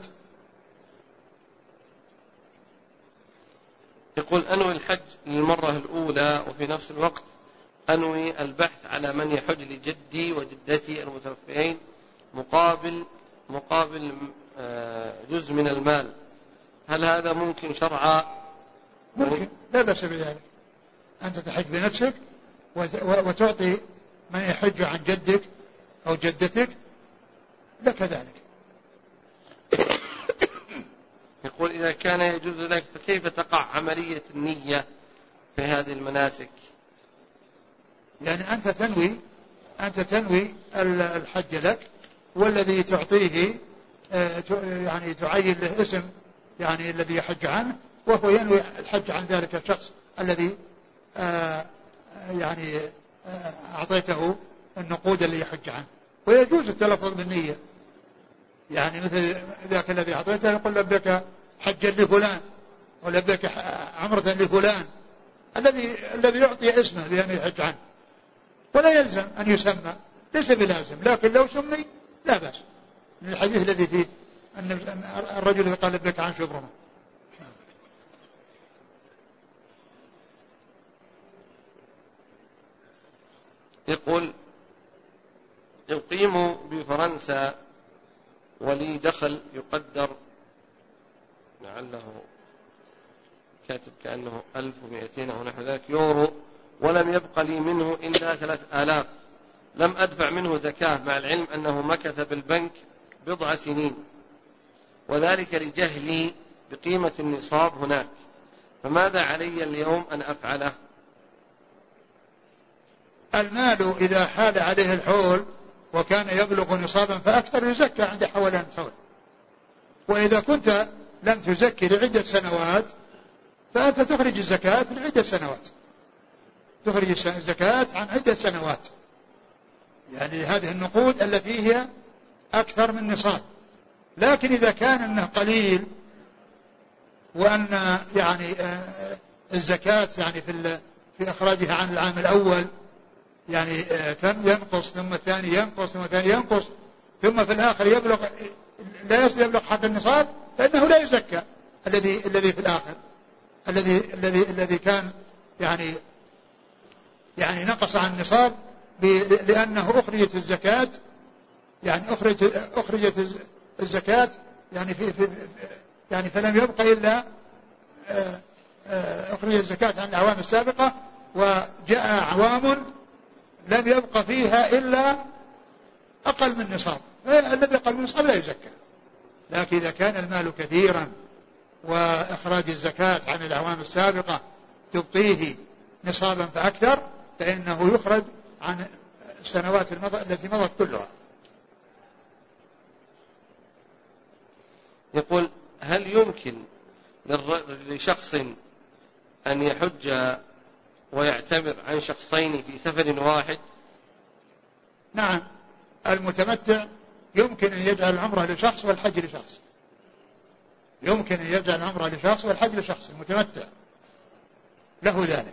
يقول أنوي الحج للمرة الأولى وفي نفس الوقت أنوي البحث على من يحج لجدي وجدتي المتوفيين مقابل جزء من المال، هل هذا ممكن شرعا؟ ممكن، لا بأس بذلك، أنت تحج بنفسك وتعطي من يحج عن جدك أو جدتك لك ذلك. يقول إذا كان يجوز لك فكيف تقع عملية النية في هذه المناسك؟ يعني أنت تنوي الحج لك، والذي تعطيه يعني تعين له اسم يعني الذي يحج عنه، وهو ينوي الحج عن ذلك الشخص الذي يعني أعطيته النقود اللي يحج عنه. ويجوز التلفظ بالنية، يعني مثل ذاك الذي أعطيته يقول لبيك حجا لفلان ولبيك عمرة لفلان، الذي يعطي اسمه بأن يحج عنه، ولا يلزم أن يسمى، ليس بلازم، لكن لو سمي لا بأس، من الحديث الذي فيه أن الرجل قال لبيك عن شبرمة. يقول يقيم بفرنسا ولي دخل يقدر لعله كاتب كأنه 1200 أو نحو ذلك يورو، ولم يبق لي منه إلا 3000، لم أدفع منه زكاة مع العلم أنه مكث بالبنك بضع سنين، وذلك لجهلي بقيمة النصاب هناك، فماذا علي اليوم أن أفعله؟ المال إذا حال عليه الحول وكان يبلغ نصابا فأكثر يزكى عند حولان الحول، وإذا كنت لم تزكي لعدة سنوات فأنت تخرج الزكاة لعدة سنوات، تخرج الزكاة عن عدة سنوات، يعني هذه النقود التي هي أكثر من نصاب. لكن إذا كان أنه قليل وأن يعني الزكاة يعني في إخراجها عن العام الأول يعني ينقص ثم الثاني ينقص ثم الثاني ينقص ثم في الآخر لا يبلغ حد النصاب، فإنه لا يزكى الذي في الآخر الذي كان يعني نقص عن النصاب لأنه أخرجت الزكاة، يعني أخرجت الزكاة يعني فلم يبق إلا أخرج الزكاة عن الأعوام السابقة، وجاء أعوام لم يبق فيها إلا أقل من نصاب، الذي أقل من نصاب لا يزكى. لكن إذا كان المال كثيرا وإخراج الزكاة عن الأعوام السابقة تبقيه نصابا فأكثر فإنه يخرج عن السنوات التي مضت كلها. يقول هل يمكن لشخص أن يحج ويعتمر عن شخصين في سفر واحد؟ نعم، المتمتع يمكن أن يجعل العمرة لشخص والحج لشخص، يمكن أن يجعل العمرة لشخص والحج لشخص، المتمتع له ذلك.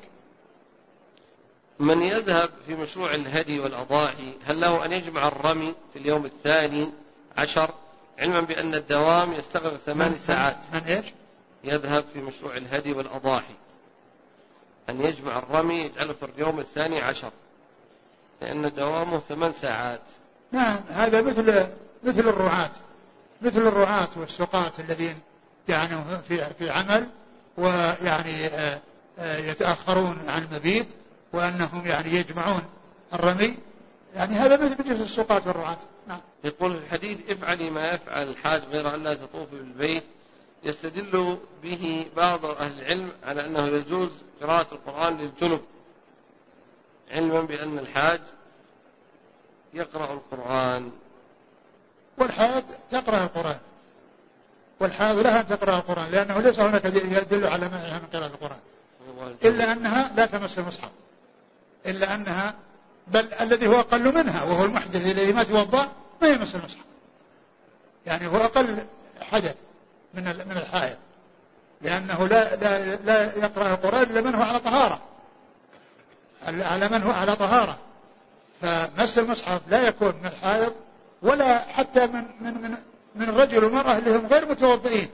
من يذهب في مشروع الهدي والأضاحي هل له أن يجمع الرمي في اليوم 12 علما بأن الدوام يستغرق 8 ساعات؟ من إيش؟ يذهب في مشروع الهدي والأضاحي أن يجمع الرمي يجعله في اليوم 12 لأن دوامه 8 ساعات. نعم، هذا مثل الرعاة والسقاة الذين يعني في عمل ويعني يتأخرون عن المبيت وأنهم يعني يجمعون الرمي، يعني هذا مثل السقاة والرعاة. نعم. يقول في الحديث افعلي ما يفعل الحاج غير أن لا تطوفي بالبيت، يستدل به بعض أهل العلم على أنه يجوز قراءة القرآن للجنب علما بأن الحاج يقرأ القرآن. والحاج تقرأ القرآن، والحاج لها تقرأ القرآن، لأنه ليس هناك يدل على منعها من قراءة القرآن إلا أنها لا تمس المصحف، إلا أنها بل الذي هو أقل منها وهو المحدث الذي ما توضأ ما يمس المصحف، يعني هو أقل حدث من الحائض، لأنه لا يقرأ القرآن إلا من هو على طهارة، على من هو على طهارة، فمس المصحف لا يكون من الحائض ولا حتى من الرجل والمرأة اللي هم غير متوضئين.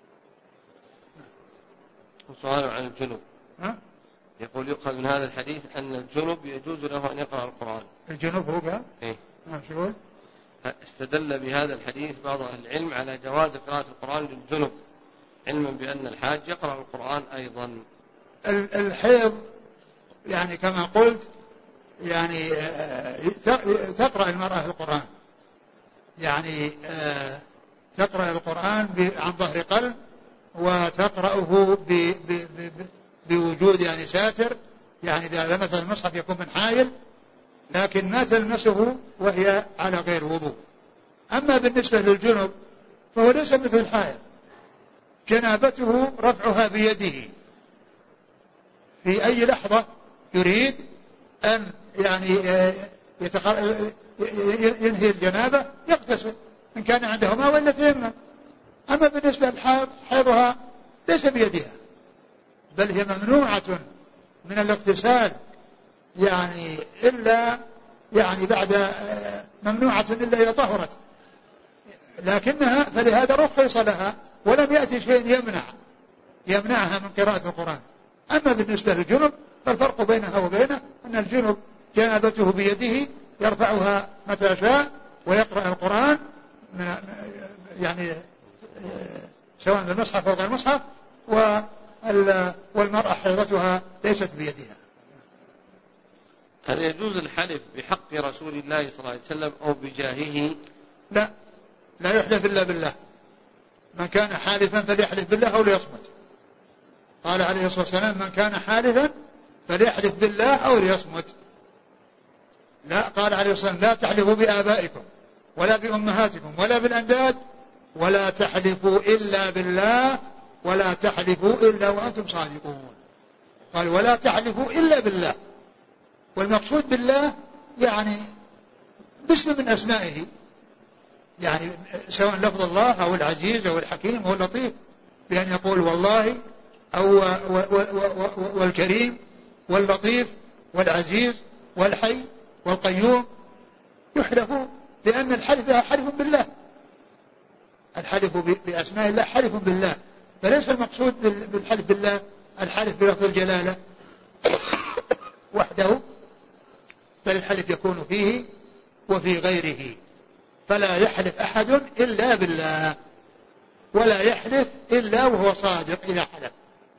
وسؤال عن الجنوب يقول يؤخذ من هذا الحديث أن الجنوب يجوز له أن يقرأ القرآن. الجنوب هو قال إيه؟ شو يقول؟ استدل بهذا الحديث بعض أهل العلم على جواز قراءة القرآن للجنوب علما بأن الحاج يقرأ القرآن أيضا. الحيض يعني كما قلت يعني تقرأ المرأة القرآن، يعني تقرأ القرآن عن ظهر قلب، وتقرأه بوجود يعني ساتر، يعني إذا لمس المصحف يكون من حائل، لكن ما تلمسه وهي على غير وضوء. أما بالنسبة للجنب فهو ليس مثل الحائل، جنابته رفعها بيده في أي لحظة يريد أن يعني ينهي الجنابة يغتسل إن كان عنده ماء ولا تيمم. أما بالنسبة للحائض حيضها ليس بيدها، بل هي ممنوعة من الاغتسال، يعني إلا يعني بعد ممنوعة إلا إذا طهرت، لكنها فلهذا رخص لها ولم يأتي شيء يمنعها من قراءة القرآن. أما بالنسبة للجنب فالفرق بينها وبينه أن الجنب جنابته بيده يرفعها متى شاء ويقرأ القرآن يعني سواء بالمصحف أو غير المصحف، والمرأة حيضتها ليست بيدها. هل يجوز الحلف بحق رسول الله صلى الله عليه وسلم أو بجاهه؟ لا يحلف إلا بالله. من كان حالفا فليحلف بالله أو ليصمت. قال عليه الصلاة والسلام: من كان حالفا فليحلف بالله أو ليصمت. لا، قال عليه الصلاة والسلام: لا تحلفوا بآبائكم ولا بأمهاتكم ولا بالأنداد ولا تحلفوا إلا بالله ولا تحلفوا إلا وأنتم صادقون. قال: ولا تحلفوا إلا بالله، والمقصود بالله يعني باسم من أسمائه، يعني سواء لفظ الله أو العزيز أو الحكيم أو اللطيف، بأن يقول والله أو والكريم واللطيف والعزيز والحي والقيوم، يحلف، لأن الحلف حلف بالله، الحلف بأسماء الله حلف بالله، فليس المقصود بالحلف بالله الحلف بلفظ الجلالة وحده، بل الحلف يكون فيه وفي غيره. فلا يحلف أحد إلا بالله، ولا يحلف إلا وهو صادق إذا حلف.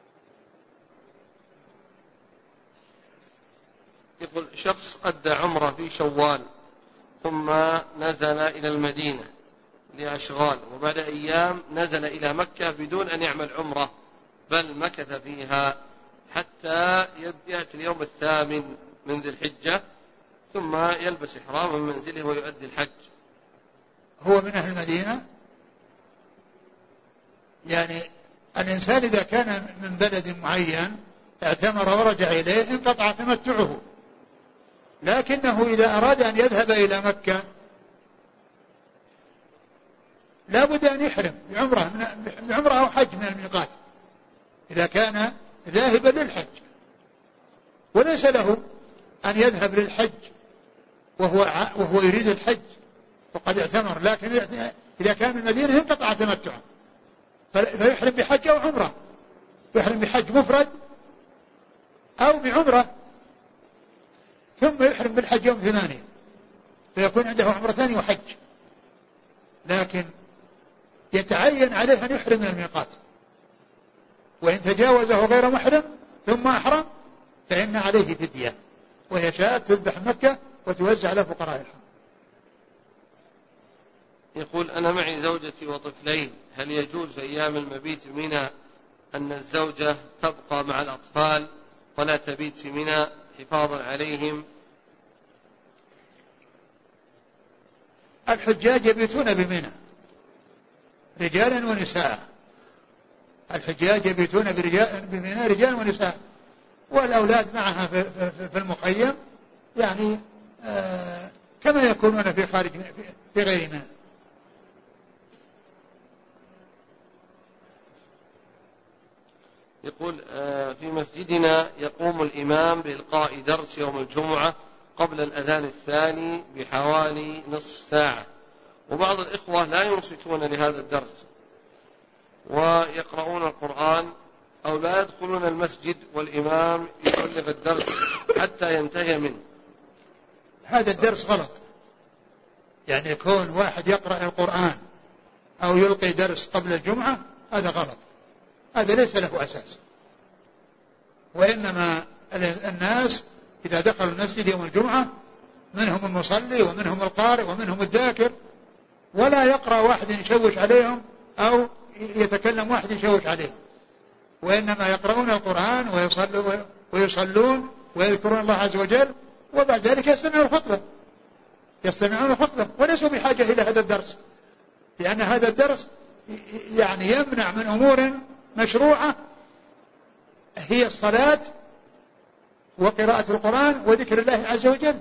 يقول: شخص أدى عمره في شوال ثم نزل إلى المدينة لأشغال، وبعد أيام نزل إلى مكة بدون أن يعمل عمره، بل مكث فيها حتى يأتي اليوم 8 من ذي الحجة، ثم يلبس إحرامه من منزله ويؤدي الحج. هو من أهل المدينة؟ يعني الإنسان إذا كان من بلد معين اعتمر ورجع إليه انقطع تمتعه، لكنه إذا أراد أن يذهب إلى مكة لا بد أن يحرم بعمرة أو حج من الميقات إذا كان ذاهبا للحج، وليس له أن يذهب للحج وهو يريد الحج وقد اعتمر، لكن إذا كان من المدينة انقطع تمتعه، فيحرم بحج أو عمرة، يحرم بحج مفرد أو بعمرة، ثم يحرم بالحج يوم 8، فيكون عنده عمرتان وحج، لكن يتعين عليه أن يحرم من الميقات، وإن تجاوزه غير محرم ثم أحرم فإن عليه فدية، وهي شاة تذبح مكة وتوزع على فقراء الحرم. يقول: أنا معي زوجتي وطفلين، هل يجوز في أيام المبيت في منى أن الزوجة تبقى مع الأطفال ولا تبيت في منى حفاظا عليهم؟ الحجاج يبيتون بمنى رجالا ونساء، الحجاج يبيتون بمنى رجالا ونساء، والأولاد معها في المخيم، يعني كما يكونون في خارج في غير منى. يقول: في مسجدنا يقوم الإمام بإلقاء درس يوم الجمعة قبل الأذان الثاني بحوالي نصف ساعة، وبعض الإخوة لا ينصتون لهذا الدرس ويقرؤون القرآن أو لا يدخلون المسجد والإمام يبلغ الدرس حتى ينتهي منه. هذا الدرس غلط، يعني يكون واحد يقرأ القرآن أو يلقي درس قبل الجمعة هذا غلط، هذا ليس له أساس، وإنما الناس إذا دخلوا المسجد يوم الجمعة منهم المصلي ومنهم القارئ ومنهم الذاكر، ولا يقرأ واحد يشوش عليهم أو يتكلم واحد يشوش عليهم، وإنما يقرؤون القرآن ويصلون ويذكرون الله عز وجل، وبعد ذلك يستمعون الخطبة وليسوا بحاجة إلى هذا الدرس، لأن هذا الدرس يعني يمنع من أمور مشروعة هي الصلاة وقراءة القرآن وذكر الله عز وجل،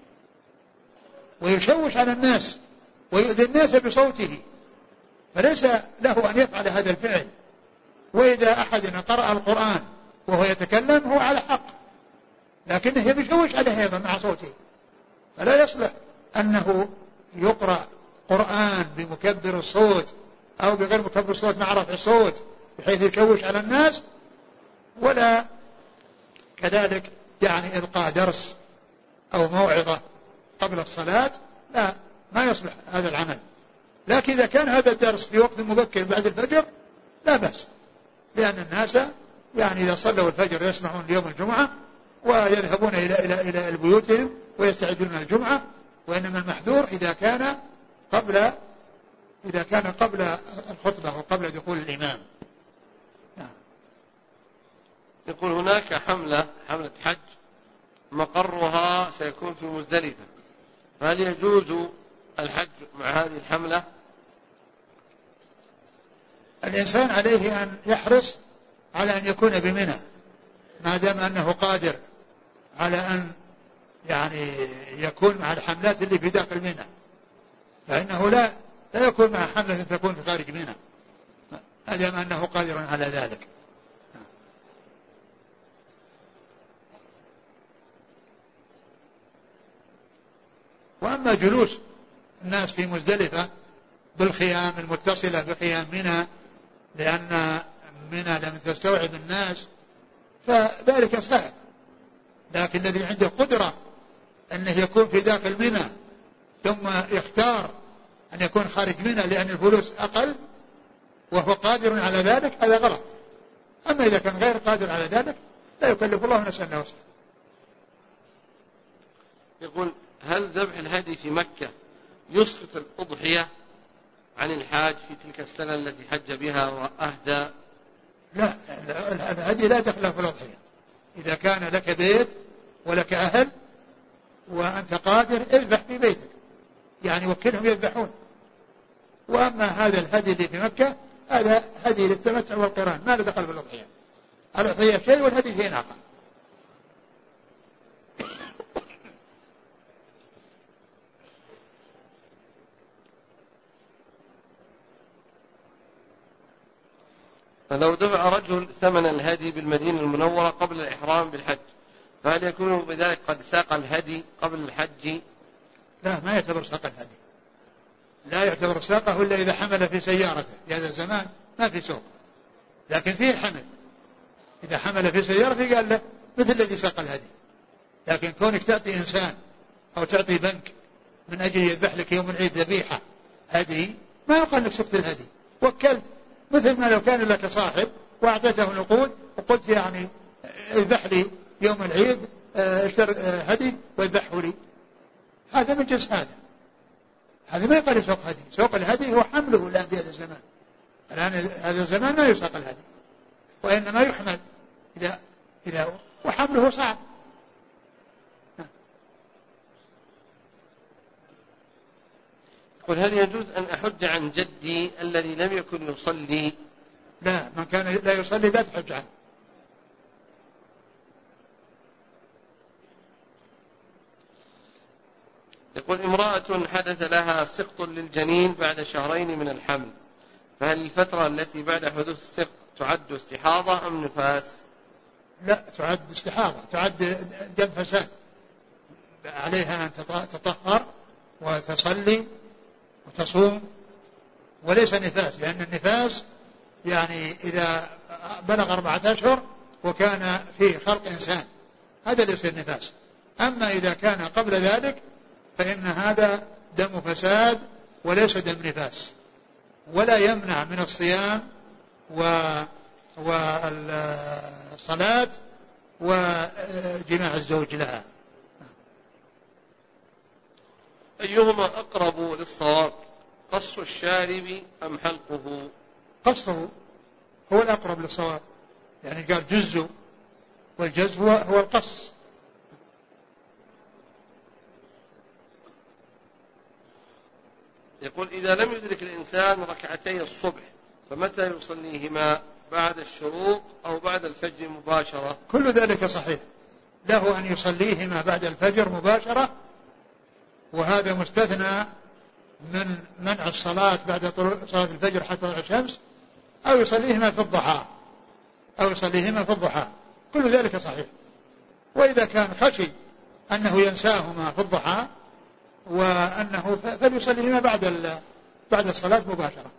ويشوش على الناس ويؤذي الناس بصوته، فليس له أن يفعل هذا الفعل. وإذا أحد قرأ القرآن وهو يتكلم هو على حق، لكنه يشوش عليه أيضا مع صوته، فلا يصلح أنه يقرأ قرآن بمكبر الصوت أو بغير مكبر الصوت مع رفع الصوت بحيث يشوش على الناس، ولا كذلك يعني إلقاء درس أو موعظة قبل الصلاة، لا، ما يصلح هذا العمل. لكن إذا كان هذا الدرس في وقت مبكر بعد الفجر لا بأس، لأن الناس يعني إذا صلوا الفجر يسمعون يوم الجمعة ويذهبون إلى بيوتهم ويستعدون الجمعة، وإنما المحذور إذا كان قبل الخطبة وقبل دخول الإمام. يقول هناك حملة حج مقرها سيكون في مزدلفة، فهل يجوز الحج مع هذه الحملة؟ الإنسان عليه أن يحرص على أن يكون بمنى ما دام أنه قادر على أن يعني يكون مع الحملات اللي في داخل منى، فإنه لا يكون مع حملة تكون في خارج منى ما دام أنه قادر على ذلك. وأما جلوس الناس في مزدلفة بالخيام المتصلة بخيام منى لأن منى لم تستوعب الناس فذلك سهل، لكن الذي عنده قدرة أنه يكون في داخل منى ثم يختار أن يكون خارج منى لأن الفلوس أقل وهو قادر على ذلك هذا غلط. أما إذا كان غير قادر على ذلك لا يكلف الله نفسا إلا وسعها. يقول هل ذبح الهدي في مكة يسقط الأضحية عن الحاج في تلك السنة التي حج بها وأهدى؟ لا، الهدي لا دخل في الأضحية. إذا كان لك بيت ولك أهل وأنت قادر اذبح في بيتك، يعني وكلهم يذبحون. وأما هذا الهدي اللي في مكة هذا هدي للتمتع والقران ما له دخل في الأضحية. الأضحية شيء والهدي شيء آخر. فلو دفع رجل ثمن الهدي بالمدينة المنورة قبل الإحرام بالحج فهل يكون بذلك قد ساق الهدي قبل الحج؟ لا، ما يعتبر ساق الهدي، لا يعتبر ساقه إلا إذا حمل في سيارته. في هذا الزمان ما في سوق، لكن فيه حمل. إذا حمل في سيارته قال له مثل الذي ساق الهدي. لكن كونك تعطي إنسان أو تعطي بنك من أجل يذبح لك يوم العيد ذبيحة هدي ما يقال لك سقط الهدي، وكلت مثل ما لو كان لك صاحب واعطيته نقود وقلت يعني اذبح لي يوم العيد اشتر هدي واذبحه لي، هذا من جنس هذا ما يقال سوق هدي. سوق الهدي هو حمله الآن في هذا الزمان. الآن هذا الزمان ما يساق الهدي وإنما يحمل إذا وحمله صعب. قل هل يجوز أن أحج عن جدي الذي لم يكن يصلي؟ لا، من كان لا يصلي لا تحج عنه. يقول امرأة حدث لها سقط للجنين بعد 2 شهر من الحمل، فهل الفترة التي بعد حدوث السقط تعد استحاضة أم نفاس؟ لا، تعد استحاضة، تعد دم فساد، عليها أن تطهر وتصلي وتصوم وليس نفاس، لأن النفاس يعني إذا بلغ 4 أشهر وكان فيه خلق إنسان هذا ليس النفاس. أما إذا كان قبل ذلك فإن هذا دم فساد وليس دم نفاس، ولا يمنع من الصيام والصلاة وجماع الزوج لها. أيهما أقرب للصواب، قص الشارب أم حلقه؟ قصه هو الأقرب للصواب، يعني قال جزء، والجز هو القص. يقول إذا لم يدرك الإنسان ركعتي الصبح فمتى يصليهما، بعد الشروق أو بعد الفجر مباشرة؟ كل ذلك صحيح، له أن يصليهما بعد الفجر مباشرة، وهذا مستثنى من منع الصلاة بعد صلاة الفجر حتى طلوع الشمس، أو يصليهما في الضحى، كل ذلك صحيح. وإذا كان خشي أنه ينساهما في الضحى وأنه فليصليهما بعد الصلاة مباشرة.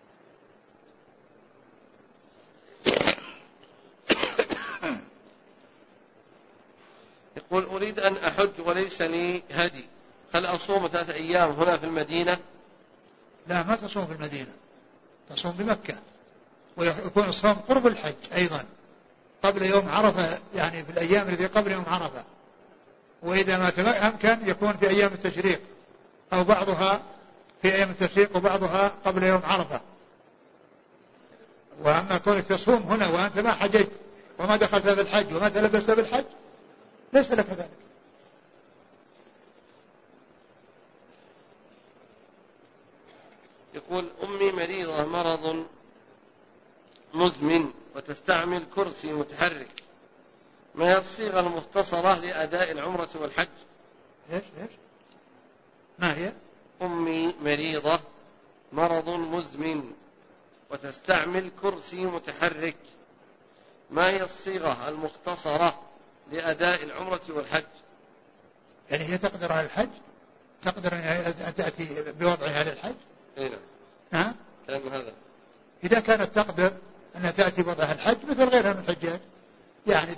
يقول أريد أن أحج وليس لي هدي، هل أصوم 3 أيام هنا في المدينة؟ لا، ما تصوم في المدينة، تصوم بمكة، ويكون الصوم قرب الحج أيضا قبل يوم عرفة، يعني في الأيام التي قبل يوم عرفة، وإذا ما أمكن يكون في أيام التشريق، أو بعضها في أيام التشريق وبعضها قبل يوم عرفة. وأما كونك تصوم هنا وأنت ما حججت وما دخلت في الحج وما تلبست بالحج ليس لك ذلك. يقول أمي مريضة مرض مزمن وتستعمل كرسي متحرك، ما هي الصيغة المختصرة لأداء العمرة والحج؟ إيش ما هي؟ أمي مريضة مرض مزمن وتستعمل كرسي متحرك، ما هي الصيغة المختصرة لأداء العمرة والحج؟ يعني هي تقدر على الحج، تقدر أن تأتي بوضعها للحج. نعم كلام هذا. إذا كانت تقدر أن تأتي بوضعها الحج مثل غيرها من الحجاج، يعني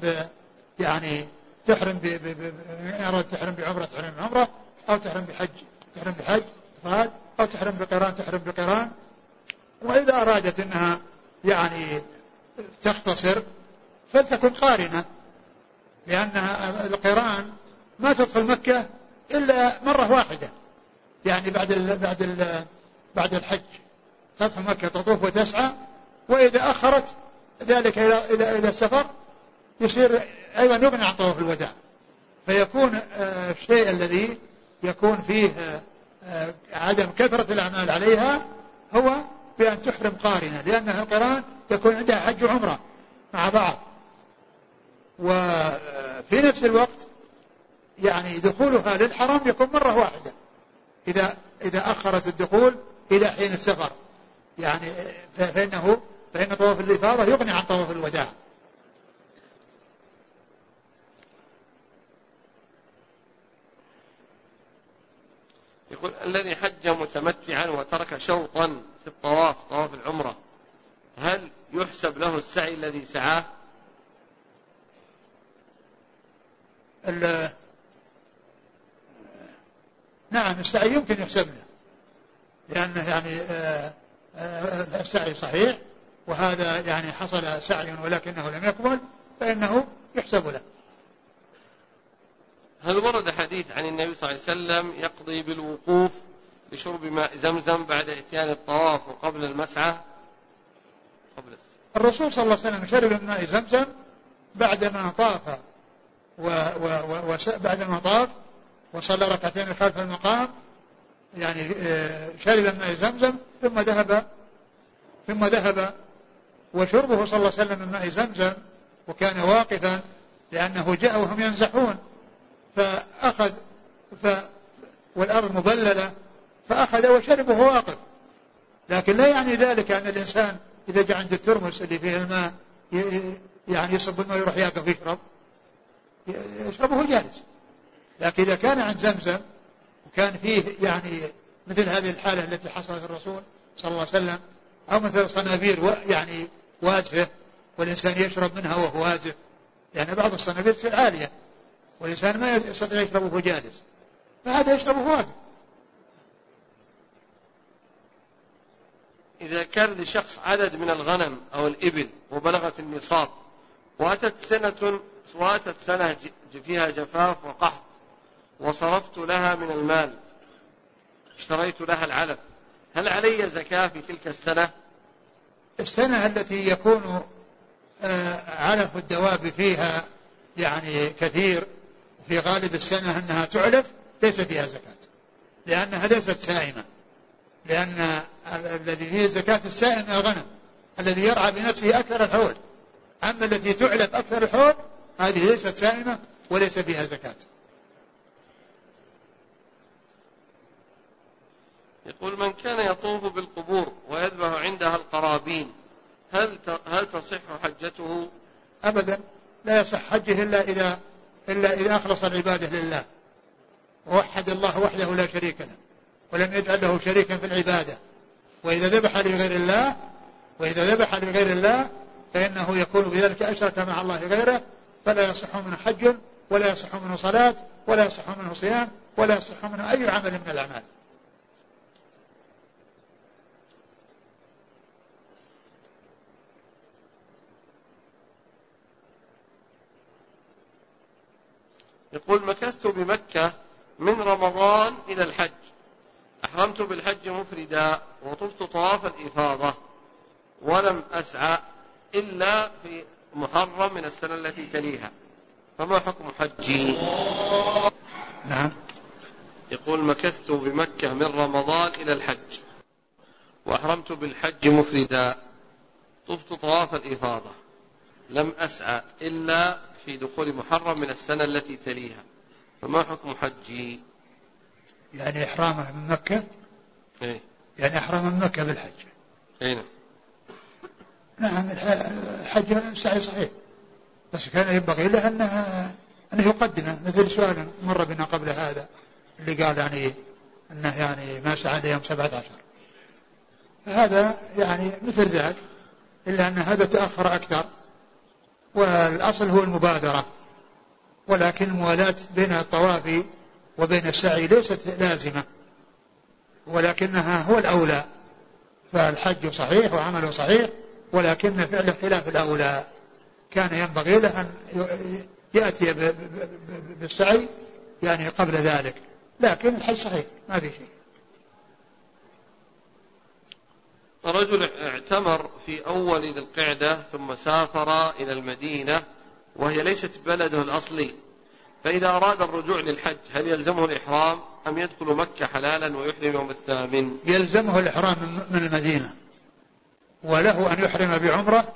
تحرم بعمرة تحرم بعمرة، أو تحرم بحج إفراد، أو تحرم بقران تحرم بقران. وإذا أرادت أنها يعني تختصر فلتكن قارنة، لأنها القران ما تدخل مكة إلا مرة واحدة، يعني بعد الحج تدخل مكة تطوف وتسعى، وإذا أخرت ذلك إلى السفر يصير أيضا يغني عن طواف الوداع. فيكون الشيء الذي يكون فيه عدم كثرة الأعمال عليها هو بأن تحرم قارنة، لأنها القران يكون عندها حج وعمرة مع بعض، وفي نفس الوقت يعني دخولها للحرم يكون مرة واحدة إذا أخرت الدخول إلى حين السفر، يعني فإن طواف الإفاضة يغني عن طواف الوداع. يقول الذي حج متمتعا وترك شوطا في الطواف، طواف العمرة، هل يحسب له السعي الذي سعاه؟ نعم، السعي يمكن يحسب له، لأنه يعني السعي صحيح، وهذا يعني حصل سعي ولكنه لم يكمل، فإنه يحسب له. هل ورد حديث عن النبي صلى الله عليه وسلم يقضي بالوقوف لشرب ماء زمزم بعد إتيان الطواف وقبل المسعى؟ الرسول صلى الله عليه وسلم شرب من ماء زمزم بعدما طاف وصلى ركعتين خلف المقام، يعني شرب من ماء زمزم ثم ذهب. وشربه صلى الله عليه وسلم من ماء زمزم وكان واقفا لأنه جاء وهم ينزحون، فأخذ والأرض مبللة فأخذ وشرب وهو واقف، لكن لا يعني ذلك أن الإنسان إذا جاء عند الترمس اللي فيه الماء يعني يصب الماء يروح يقف يشربه جالس. لكن إذا كان عند زمزم وكان فيه يعني مثل هذه الحالة التي حصلت الرسول صلى الله عليه وسلم، أو مثل صنابير يعني واجفة والإنسان يشرب منها وهو واجف، يعني بعض الصنابير تصير عالية والإنسان ما يستطيع يشربه وهو جالس، فهذا يشربه واجف. إذا كان لشخص عدد من الغنم أو الإبل وبلغت النصاب وأتت سنة فيها جفاف وقحط وصرفت لها من المال، اشتريت لها العلف، هل علي زكاة في تلك السنة؟ السنة التي يكون علف الدواب فيها يعني كثير، في غالب السنة أنها تعلف، ليس فيها زكاة، لأنها ليست سائمة، لأن الذي فيه زكاة السائم الغنم الذي يرعى بنفسه أكثر الحول، أما التي تعلف أكثر الحول هذه ليست سائمة وليس فيها زكاة. يقول: من كان يطوف بالقبور ويذبح عندها القرابين هل تصح حجته؟ أبدا، لا يصح حجه إلا إذا أخلص العبادة لله ووحد الله وحده لا شريك له ولم يجعل له شريكا في العبادة. وإذا ذبح لغير الله فإنه يكون بذلك أشرك مع الله غيره، فلا يصح منه حج ولا يصح منه صلاة ولا يصح منه صيام ولا يصح منه أي عمل من الأعمال. يقول: مكثت بمكة من رمضان إلى الحج، أحرمت بالحج مفردا وطفت طواف الإفاضة ولم أسعى إلا في محرم من السنة التي تليها، فما حكم حجي؟ نعم. يقول: مكثت بمكة من رمضان إلى الحج وأحرمت بالحج مفردا، طفت طواف الإفاضة، لم أسعى إلا في دخول محرم من السنة التي تليها، فما حكم حجي؟ يعني إحرامه من مكة؟ إيه؟ يعني إحرام من مكة بالحج. إيه؟ نعم، الحج السعي صحيح، بس كان ينبغي له أنه يقدمه، مثل سؤال مر بنا قبل هذا اللي قال يعني أنه يعني ما سعى ليوم 17، هذا يعني مثل ذلك، إلا أن هذا تأخر أكثر، والأصل هو المبادرة، ولكن الموالاة بين الطواف وبين السعي ليست لازمة، ولكنها هو الأولى، فالحج صحيح وعمله صحيح، ولكن فعله خلاف الأولى، كان ينبغي له أن يأتي بالسعي يعني قبل ذلك، لكن الحج صحيح ما في شيء. رجل اعتمر في أول ذي القعدة ثم سافر إلى المدينة وهي ليست بلده الأصلي، فإذا أراد الرجوع للحج هل يلزمه الإحرام أم يدخل مكة حلالا ويحرم يوم الثامن؟ يلزمه الإحرام من المدينة، وله أن يحرم بعمرة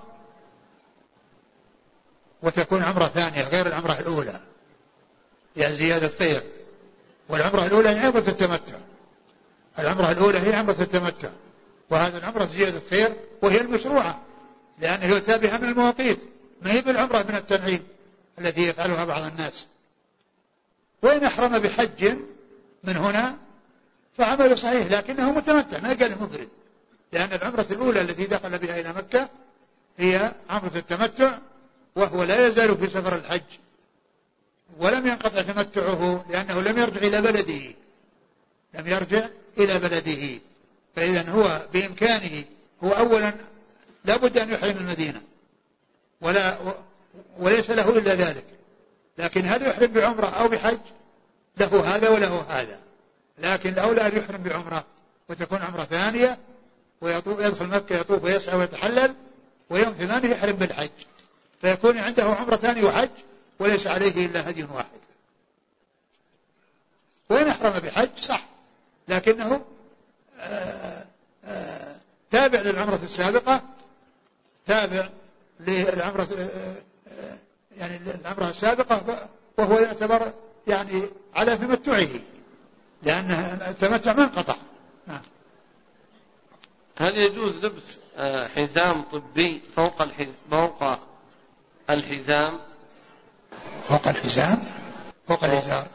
وتكون عمرة ثانية غير العمرة الأولى، يعني زيادة خير، والعمرة الأولى هي عمرة التمتع، العمرة الأولى هي عمرة التمتع، وهذا العمرة زيادة خير وهي المشروعة، لأنه يؤتى بها من المواقيت، ما هي بالعمرة من التنعيم التي يفعلها بعض الناس. وإن أحرم بحج من هنا فعمله صحيح، لكنه متمتع ما قال مفرد، لأن العمرة الأولى التي دخل بها إلى مكة هي عمرة التمتع، وهو لا يزال في سفر الحج ولم ينقطع تمتعه، لأنه لم يرجع إلى بلده، فإذا هو بإمكانه، هو أولا لا بد أن يحرم المدينة وليس له إلا ذلك، لكن هل يحرم بعمرة أو بحج؟ له هذا وله هذا، لكن الأولى أن يحرم بعمرة وتكون عمرة ثانية، ويدخل مكة يطوف ويسعى ويتحلل، ويوم 8 يحرم بالحج، فيكون عنده عمرة ثانية وحج وليس عليه إلا هدي واحد. وإن أحرم بحج صح، لكنه تابع للعمرة السابقة، تابع للعمرة يعني العمرة السابقة، وهو يعتبر يعني على تمتعه، لأن التمتع ما انقطع. هل يجوز لبس حزام طبي فوق الحزام؟ فوق الحزام؟ فوق الإزار؟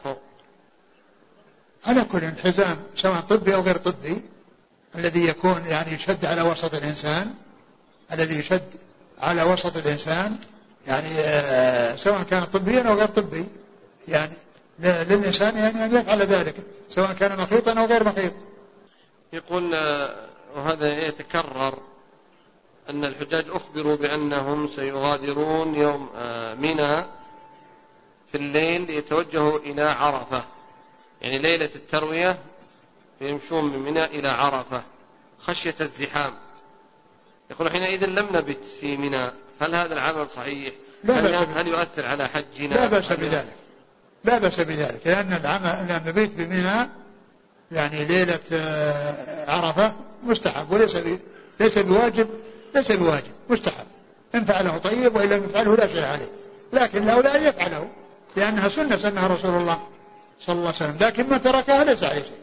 على كل حزام سواء طبي أو غير طبي، الذي يكون يعني يشد على وسط الإنسان، الذي يشد على وسط الإنسان يعني سواء كان طبيا أو غير طبي، يعني للإنسان يعني أن يفعل ذلك سواء كان مخيطا أو غير مخيط. يقول وهذا يتكرر، أن الحجاج أخبروا بأنهم سيغادرون يوم منى في الليل ليتوجهوا إلى عرفة، يعني ليلة التروية يمشون من منى إلى عرفة خشية الزحام. يقول حينئذ لم نبت في منى، هل هذا العمل صحيح؟ هل يؤثر على حجنا؟ لا بأس بذلك، لا بأس بذلك، لأن المبيت بمنى يعني ليلة عرفة مستحب ليس بواجب، مستحب. إن فعله طيب، وإن لم يفعله لا شيء عليه، لكن له لا يفعله لأنها سنة رسول الله صلى الله عليه وسلم، لكن من تركها ليس عليه شيء.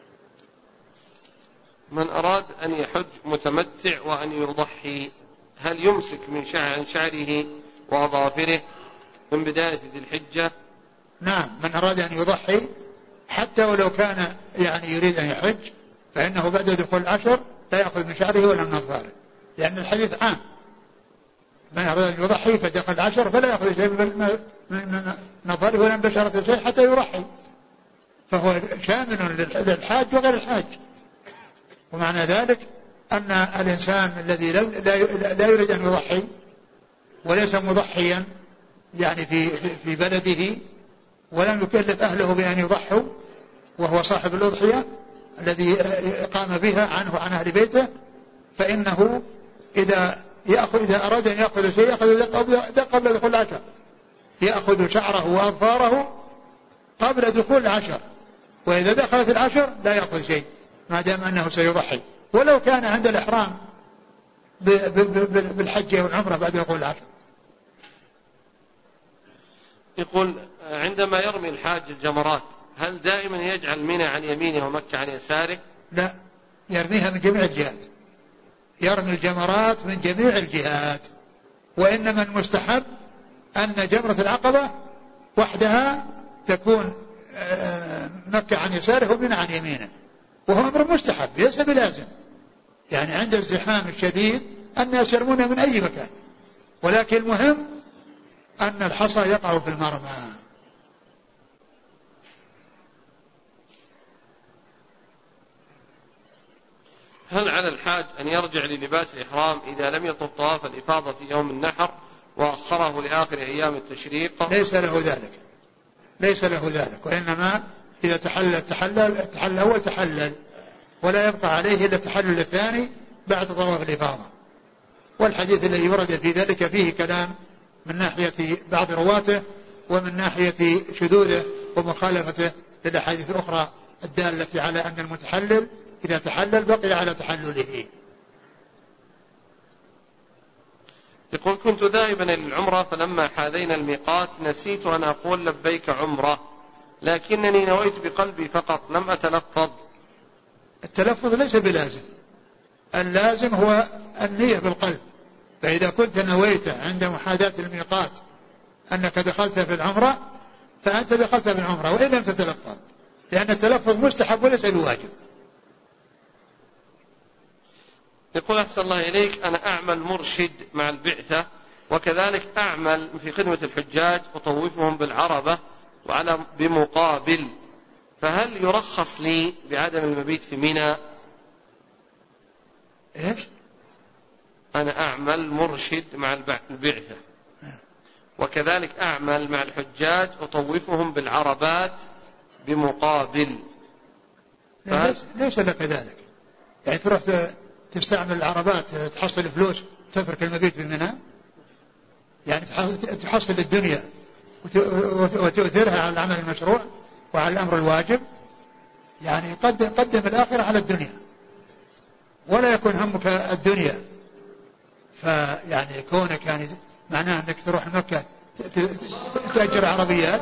من أراد أن يحج متمتع وأن يضحي، هل يمسك من شعره وأظافره من بداية ذي الحجة؟ نعم، من أراد أن يضحي حتى ولو كان يعني يريد أن يحج فإنه بعد دخول العشر لا يأخذ من شعره ولا من أظفاره، لأن الحديث عام، من أراد أن يضحي فدخل العشر فلا يأخذ شيء من أظفاره ولا من بشرة شيء حتى يضحي، فهو شامل للحاج وغير الحاج. ومعنى ذلك أن الإنسان الذي لا يريد أن يضحي وليس مضحيا يعني في بلده ولم يكلف أهله بأن يضحوا، وهو صاحب الأضحية الذي قام بها عنه وعن أهل بيته، فإنه إذا أراد أن يأخذ شيء يأخذ قبل دخول العشر، يأخذ شعره وأظفاره قبل دخول العشر، وإذا دخلت العشر لا يأخذ شيء ما دام أنه سيضحي، ولو كان عند الإحرام بالحج والعمرة بعد دخول العشر. يقول عندما يرمي الحاج الجمرات هل دائما يجعل منى عن يمينه ومكة عن يساره؟ لا، يرميها من جميع الجهات، يرمي الجمرات من جميع الجهات، وإنما المستحب أن جمرة العقبة وحدها تكون مكة عن يساره ومنى عن يمينه، وهو أمر مستحب ليس بلازم، يعني عند الزحام الشديد الناس يرمون من أي مكان، ولكن المهم أن الحصى يقع في المرمى. هل على الحاج أن يرجع للباس الإحرام إذا لم يطف طواف الإفاضة في يوم النحر وأخره لآخر أيام التشريق؟ ليس له ذلك، وإنما إذا تحلل أول تحلل، ولا يبقى عليه إلا التحلل الثاني بعد طواف الإفاضة. والحديث الذي ورد في ذلك فيه كلام من ناحية بعض رواته ومن ناحية شذوذه ومخالفته للأحاديث الأخرى الدالة على أن المتحلل إذا تحلل بقي على تحلله. يقول كنت ذاهبا للعمرة فلما حاذينا الميقات نسيت أن أقول لبيك عمرة، لكنني نويت بقلبي فقط لم أتلفظ. التلفظ ليس بلازم، اللازم هو النية بالقلب، فإذا كنت نويت عند محاذاة الميقات أنك دخلت في العمرة فأنت دخلت في العمرة وإن لم تتلفظ، لأن التلفظ مستحب وليس بواجب. يقول أحسن الله إليك أنا أعمل مرشد مع البعثة وكذلك أعمل في خدمة الحجاج أطوفهم بالعربة وعلى بمقابل، فهل يرخص لي بعدم المبيت في منى؟ إيش؟ أنا أعمل مرشد مع البعثة وكذلك أعمل مع الحجاج أطوفهم بالعربات بمقابل، ليس لك ذلك، يعني تروح تستعمل العربات تحصل فلوس تترك المبيت بمنى، يعني تحصل الدنيا وتؤثرها على العمل المشروع وعلى الأمر الواجب، يعني قدم الآخرة على الدنيا ولا يكون همك الدنيا. فيعني كونك يعني معناه أنك تروح مكة تأجر عربيات.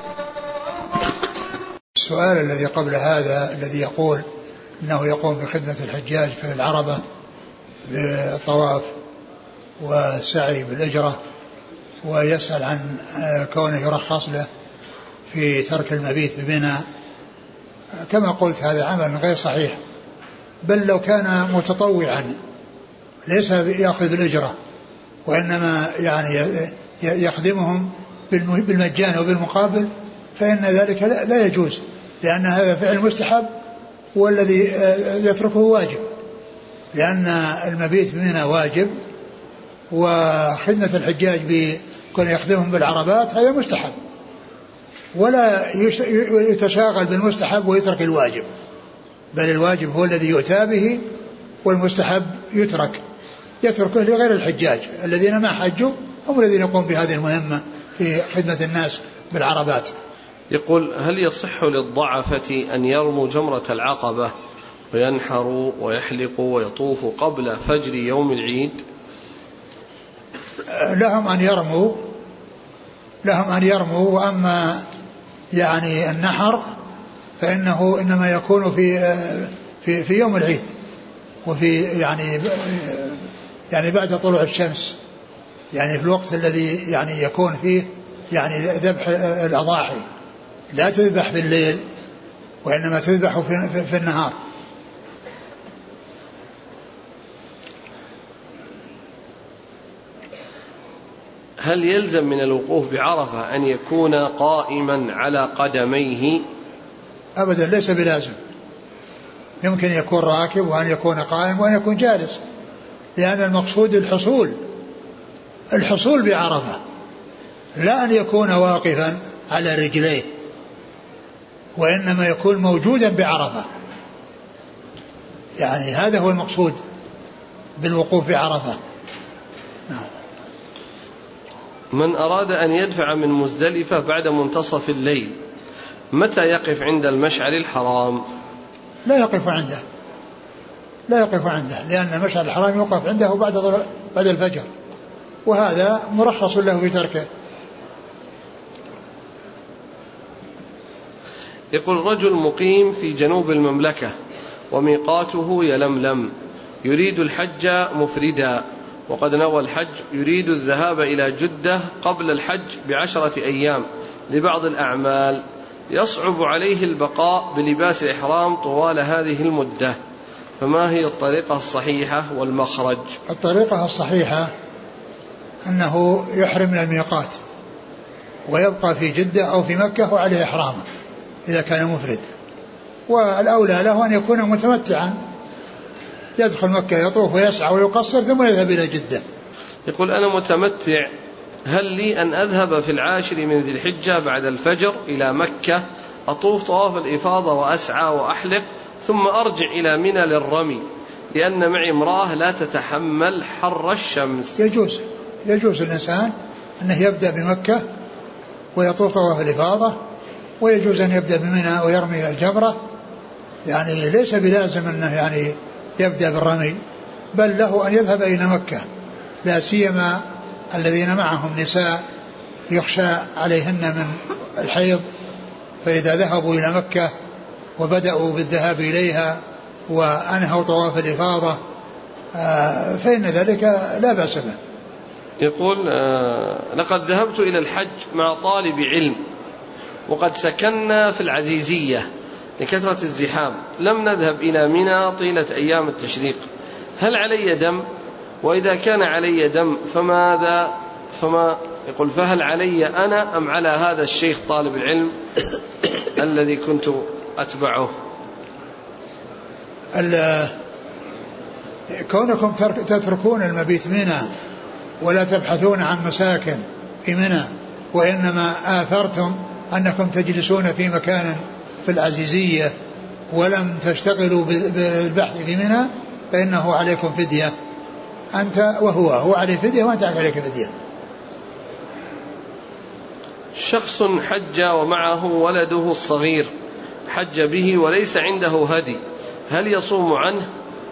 السؤال الذي قبل هذا الذي يقول أنه يقوم بخدمة الحجاج في العربة بالطواف والسعي بالأجرة ويسأل عن كونه يرخص له في ترك المبيت بمنى، كما قلت هذا عمل غير صحيح، بل لو كان متطوعا ليس يأخذ بالأجرة وإنما يعني يخدمهم بالمجان وبالمقابل فإن ذلك لا يجوز، لأن هذا فعل مستحب والذي يتركه واجب، لأن المبيت بمنى واجب وخدمة الحجاج بكون يخدمهم بالعربات هذا مستحب، ولا يتشاغل بالمستحب ويترك الواجب، بل الواجب هو الذي يؤتى به والمستحب يتركه لغير الحجاج الذين ما حجوا، هم الذين يقومون بهذه المهمة في خدمة الناس بالعربات. يقول: هل يصح للضعفة أن يرموا جمرة العقبة وينحروا ويحلقوا ويطوفوا قبل فجر يوم العيد؟ لهم أن يرموا، وأما يعني النحر فإنه إنما يكون في يوم العيد، وفي يعني بعد طلوع الشمس، يعني في الوقت الذي يعني يكون فيه يعني ذبح الأضاحي، لا تذبح بالليل وإنما تذبح في النهار. هل يلزم من الوقوف بعرفة أن يكون قائما على قدميه؟ أبدا، ليس بلازم، يمكن يكون راكب وأن يكون قائم وأن يكون جالس، لأن المقصود الحصول بعرفة، لا أن يكون واقفا على رجليه، وإنما يكون موجودا بعرفة، يعني هذا هو المقصود بالوقوف بعرفة. نعم. من أراد أن يدفع من مزدلفة بعد منتصف الليل متى يقف عند المشعر الحرام؟ لا يقف عنده، لأن المشعر الحرام يوقف عنده بعد الفجر، وهذا مرخص له في تركه. يقول: رجل مقيم في جنوب المملكة وميقاته يلملم، يريد الحج مفردا، وقد نوى الحج، يريد الذهاب إلى جدة قبل الحج ب10 أيام لبعض الأعمال، يصعب عليه البقاء بلباس الإحرام طوال هذه المدة، فما هي الطريقة الصحيحة والمخرج؟ الطريقة الصحيحة أنه يحرم من الميقات ويبقى في جدة أو في مكة وعليه إحرامه إذا كان مفرد، والأولى له أن يكون متمتعا، يدخل مكة يطوف ويسعى ويقصر ثم يذهب إلى جدة. يقول: أنا متمتع، هل لي أن أذهب في 10 من ذي الحجة بعد الفجر إلى مكة أطوف طواف الإفاضة وأسعى وأحلق ثم أرجع إلى منى للرمي، لأن معي امرأة لا تتحمل حر الشمس؟ يجوز الإنسان أنه يبدأ بمكة ويطوف طواف الإفاضة، ويجوز أن يبدأ بمنى ويرمي الجمرة، يعني ليس بلازم أنه يعني يبدأ بالرمي، بل له أن يذهب إلى مكة، لا سيما الذين معهم نساء يخشى عليهن من الحيض، فإذا ذهبوا إلى مكة وبدأوا بالذهاب إليها وأنهوا طواف الإفاضة فإن ذلك لا بأس به. يقول: لقد ذهبت إلى الحج مع طالب علم وقد سكننا في العزيزية لكثرة الزحام، لم نذهب إلى منى طيلة أيام التشريق، هل علي دم؟ وإذا كان علي دم يقول فهل علي أنا أم على هذا الشيخ طالب العلم الذي كنت أتبعه؟ كونكم تتركون المبيت منى ولا تبحثون عن مساكن في منى، وإنما آثرتم أنكم تجلسون في مكان في العزيزية ولم تشتغلوا بالبحث في منى، فإنه عليكم فدية، أنت هو عليه فدية وأنت عليك فدية. شخص حج ومعه ولده الصغير، حج به وليس عنده هدي، هل يصوم عنه؟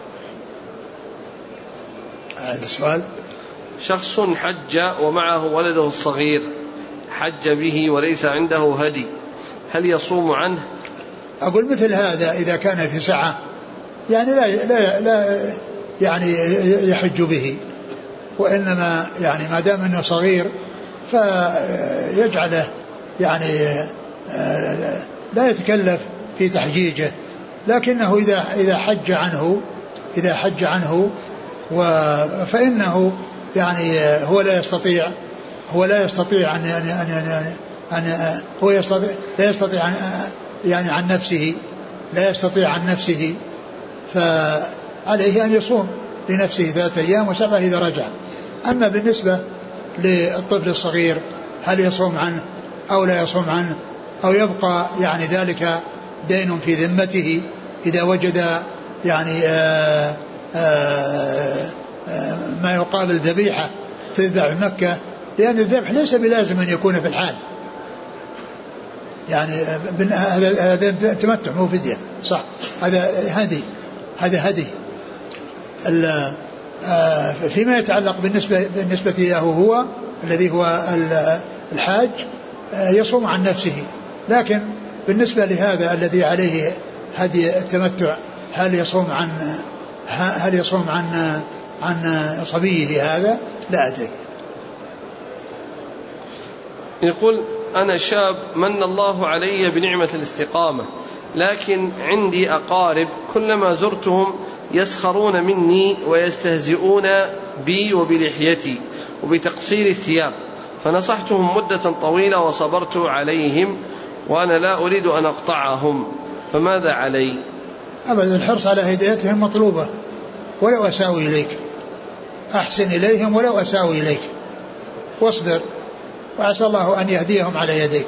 هذا السؤال. شخص حج ومعه ولده الصغير، حج به وليس عنده هدي، هل يصوم عنه؟ أقول مثل هذا إذا كان في سعة يعني لا يعني يحج به، وإنما يعني ما دام أنه صغير فيجعله يعني لا يتكلف في تحجيجه، لكنه إذا حج عنه فإنه يعني هو لا يستطيع لا يستطيع عن نفسه، فعليه أن يصوم لنفسه 3 أيام و7 إذا رجع. أما بالنسبة للطفل الصغير هل يصوم عنه أو لا يصوم عنه، أو يبقى يعني ذلك دين في ذمته إذا وجد يعني ما يقابل ذبيحة تذبح في مكة، لأن الذبح ليس بلازم أن يكون في الحال، يعني هذا تمتع مو فدية، صح، هذا هدي. فيما يتعلق بالنسبة له هو الذي هو الحاج يصوم عن نفسه، لكن بالنسبة لهذا الذي عليه هدي التمتع هل يصوم عن صبيه هذا؟ لا أدري. يقول أنا شاب من الله علي بنعمة الاستقامة، لكن عندي أقارب كلما زرتهم يسخرون مني ويستهزئون بي وبلحيتي وبتقصير الثياب، فنصحتهم مدة طويلة وصبرت عليهم وأنا لا أريد أن أقطعهم، فماذا علي؟ أبدا، الحرص على هدايتهم مطلوبة ولو أساءوا إليك، أحسن إليهم ولو أساءوا إليك، واصبر وعسى الله أن يهديهم على يديك.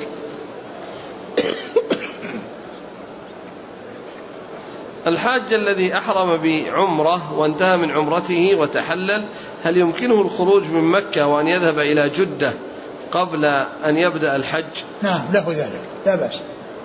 الحاج الذي أحرم بعمرة وانتهى من عمرته وتحلل، هل يمكنه الخروج من مكة وأن يذهب إلى جدة قبل أن يبدأ الحج؟ نعم له ذلك، لا بأس.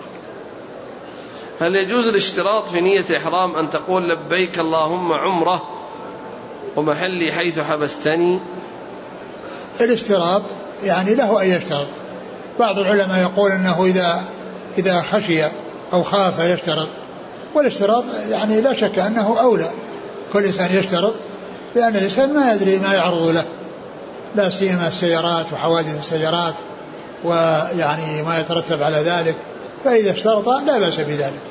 هل يجوز الاشتراط في نية إحرام أن تقول لبيك اللهم عمرة ومحلي حيث حبستني؟ الاشتراط يعني له أن يشترط. بعض العلماء يقول أنه إذا خشي أو خاف يشترط، والاشتراط يعني لا شك أنه أولى، كل إنسان يشترط، لأن الإنسان ما يدري ما يعرض له، لا سيما السيارات وحوادث السيارات ويعني ما يترتب على ذلك، فإذا اشترط لا بأس بذلك.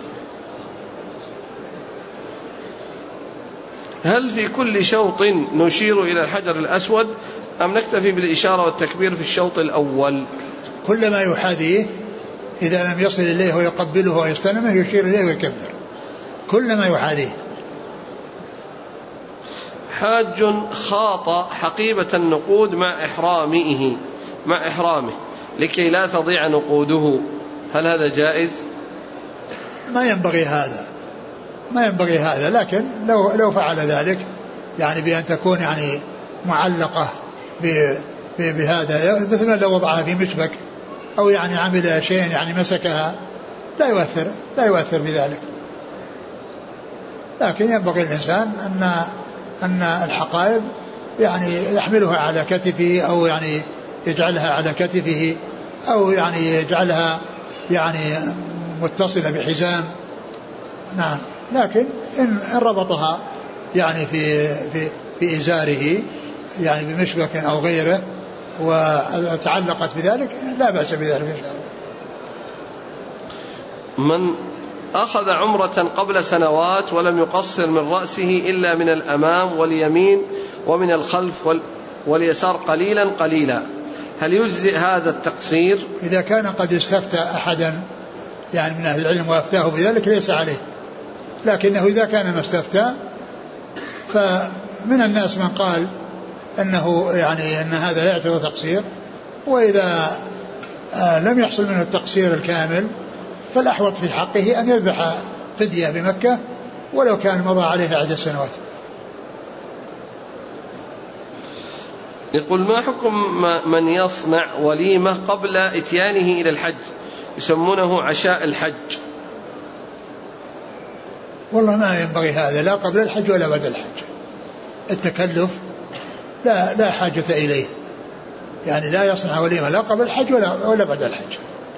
هل في كل شوط نشير إلى الحجر الأسود أم نكتفي بالإشارة والتكبير في الشوط الأول؟ كل ما يحاذيه إذا لم يصل إليه ويقبله ويستلمه يشير إليه ويكبر، كل ما يحاذيه. حاج خاط حقيبة النقود مع إحرامه لكي لا تضيع نقوده، هل هذا جائز؟ ما ينبغي هذا، لكن لو فعل ذلك يعني بأن تكون يعني معلقة بهذا، مثل لو وضعها في مشبك أو يعني عمل شيء يعني مسكها لا يؤثر بذلك، لكن ينبغي الإنسان أن الحقائب يعني يحملها على كتفه أو يعني يجعلها على كتفه أو يعني يجعلها يعني متصلة بحزام، نعم، لكن إن ربطها يعني في إزاره يعني بمشبك أو غيره وتعلقت بذلك لا بأس بذلك إن شاء الله. من أخذ عمرة قبل سنوات ولم يقصر من رأسه إلا من الأمام واليمين ومن الخلف واليسار قليلا، هل يجزئ هذا التقصير؟ إذا كان قد استفتى أحدا يعني من أهل العلم وأفتاه بذلك ليس عليه، لكنه إذا كان ما استفتى فمن الناس من قال أنه يعني أن هذا لا يعتبر تقصير، وإذا لم يحصل منه التقصير الكامل فالأحوط في حقه أن يذبح فدية بمكة ولو كان مضى عليه عدة سنوات. يقول ما حكم من يصنع وليمة قبل إتيانه إلى الحج يسمونه عشاء الحج؟ والله ما ينبغي هذا لا قبل الحج ولا بعد الحج، التكلف لا حاجة إليه، يعني لا يصنع وليمة لا قبل الحج ولا بعد الحج.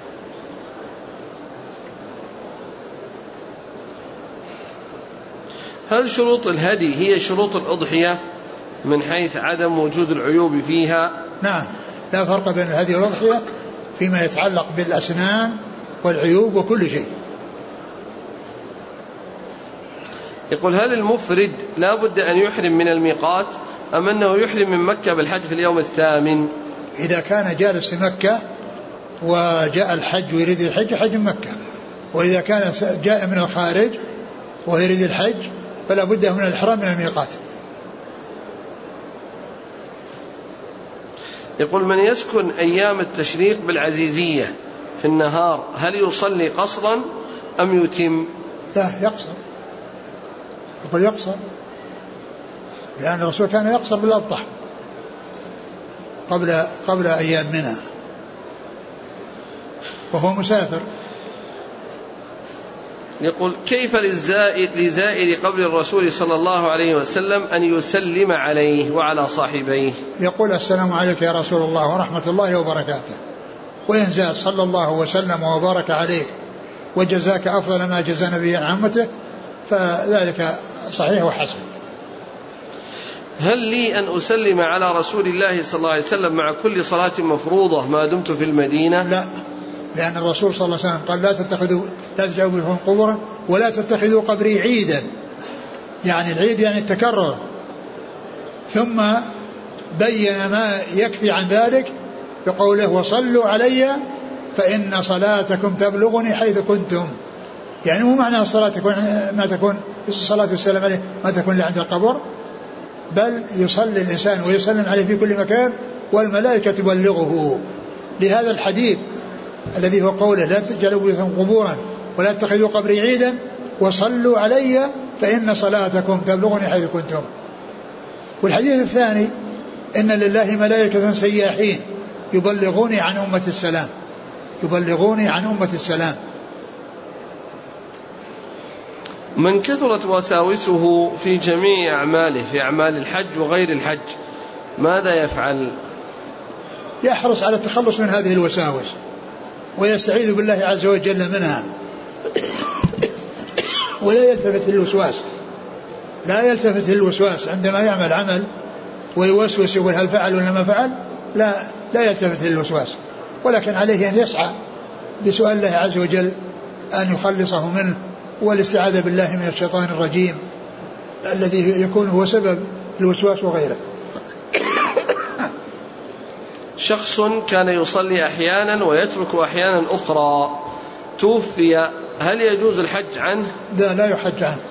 هل شروط الهدي هي شروط الأضحية من حيث عدم وجود العيوب فيها؟ نعم، لا فرق بين الهدي والأضحية فيما يتعلق بالأسنان والعيوب وكل شيء. يقول هل المفرد لا بد أن يحرم من الميقات أم أنه يحرم من مكة بالحج في اليوم الثامن؟ إذا كان جالس في مكة وجاء الحج ويريد الحج حج من مكة، وإذا كان جاء من الخارج ويريد الحج فلا بد من الإحرام من الميقات. يقول: من يسكن أيام التشريق بالعزيزية في النهار هل يصلي قصرا أم يتم؟ لا، يقصر. يقول يقصر، لأن الرسول كان يقصر بالأبطح قبل أيام منى وهو مسافر. يقول: كيف لزائر قبر الرسول صلى الله عليه وسلم أن يسلم عليه وعلى صاحبيه؟ يقول: السلام عليك يا رسول الله ورحمة الله وبركاته، وإن زاد صلى الله وسلم وبارك عليك وجزاك أفضل ما جزى نبي عن عمته فذلك صحيح وحسن. هل لي أن أسلم على رسول الله صلى الله عليه وسلم مع كل صلاة مفروضة ما دمت في المدينة؟ لا، لأن الرسول صلى الله عليه وسلم قال: لا تجعلوا بهم قبورا ولا تتخذوا قبري عيدا، يعني العيد يعني التكرر، ثم بين ما يكفي عن ذلك بقوله: وصلوا علي فإن صلاتكم تبلغني حيث كنتم. يعني مو معنى الصلاة تكون ما تكون الصلاة والسلام عليه ما تكون عند القبر، بل يصلي الإنسان ويسلم عليه في كل مكان والملائكة تبلغه. لهذا الحديث الذي هو قوله: لا تجعلوا بيوتكم قبورا ولا تتخذوا قبري عيدا وصلوا علي فإن صلاتكم تبلغني حيث كنتم. والحديث الثاني: إن لله ملائكة سياحين يبلغوني عن أمة السلام، يبلغوني عن أمة السلام. من كثرت وساوسه في جميع أعماله في أعمال الحج وغير الحج ماذا يفعل؟ يحرص على التخلص من هذه الوساوس ويستعيذ بالله عز وجل منها، ولا يلتفت للوسواس، لا يلتفت للوسواس عندما يعمل عمل ويوسوس يقول هل فعل ولا ما فعل، لا يلتفت للوسواس، ولكن عليه أن يسعى بسؤال الله عز وجل أن يخلصه منه والاستعاذة بالله من الشيطان الرجيم الذي يكون هو سبب الوسواس وغيره. شخص كان يصلي أحيانا ويترك أحيانا أخرى توفي، هل يجوز الحج عنه؟ لا يحج عنه.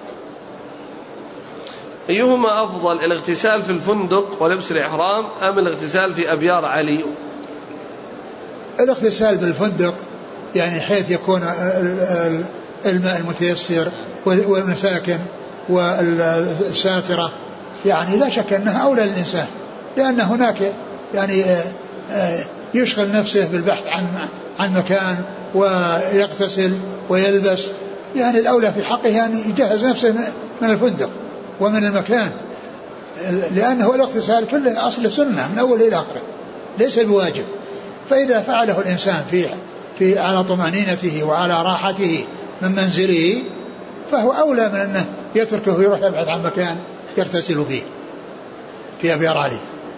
أيهما أفضل، الاغتسال في الفندق ولبس الإحرام أم الاغتسال في أبيار علي؟ الاغتسال بالفندق يعني حيث يكون الماء المتيسر والمساكن والساترة، يعني لا شك أنها أولى للإنسان، لأن هناك يعني يشغل نفسه بالبحث عن مكان ويغتسل ويلبس، يعني الأولى في حقه أن يجهز نفسه من الفندق ومن المكان، لأنه الاغتسال كله أصل سنة من أول إلى آخره ليس بواجب. فإذا فعله الإنسان في على طمأنينته وعلى راحته من منزله فهو أولى من أنه يتركه ويروح يبحث عن مكان يغتسل فيه في أبيار علي.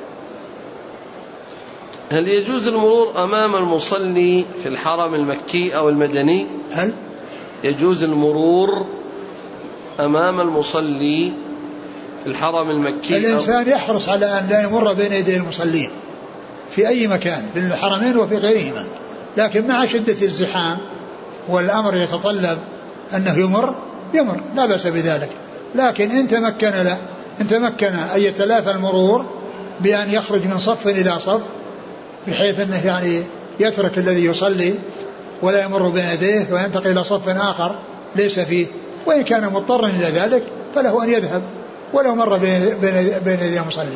هل يجوز المرور أمام المصلي في الحرم المكي أو المدني؟ هل يجوز المرور أمام المصلي في الحرم المكي؟ الإنسان يحرص على أن لا يمر بين يدي المصلين في أي مكان في الحرمين وفي غيرهما، لكن مع شدة الزحام والأمر يتطلب أنه يمر لا بأس بذلك، لكن إن تمكن أن يتلافى المرور بأن يخرج من صف إلى صف بحيث أنه يعني يترك الذي يصلي ولا يمر بين يديه وينتقل إلى صف آخر ليس فيه، وإن كان مضطرا إلى ذلك فله أن يذهب ولو مر بين يدي المصلي.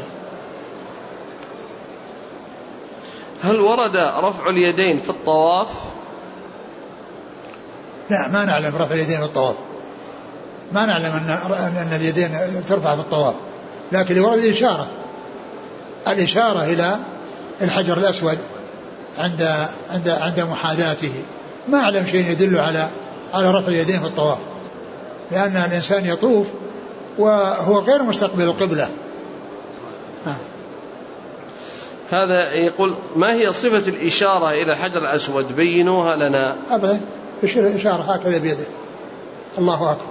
هل ورد رفع اليدين في الطواف؟ لا، ما نعلم رفع اليدين في الطواف، ما نعلم أن اليدين ترفع في الطواف، لكن ورد الإشارة إلى الحجر الأسود عند محاذاته، ما أعلم شيء يدل على رفع اليدين في الطواف، لأن الإنسان يطوف وهو غير مستقبل القبلة. هذا يقول: ما هي صفة الإشارة إلى الحجر الأسود؟ بينوها لنا. أبدا، إشارة هكذا بيده، الله أكبر.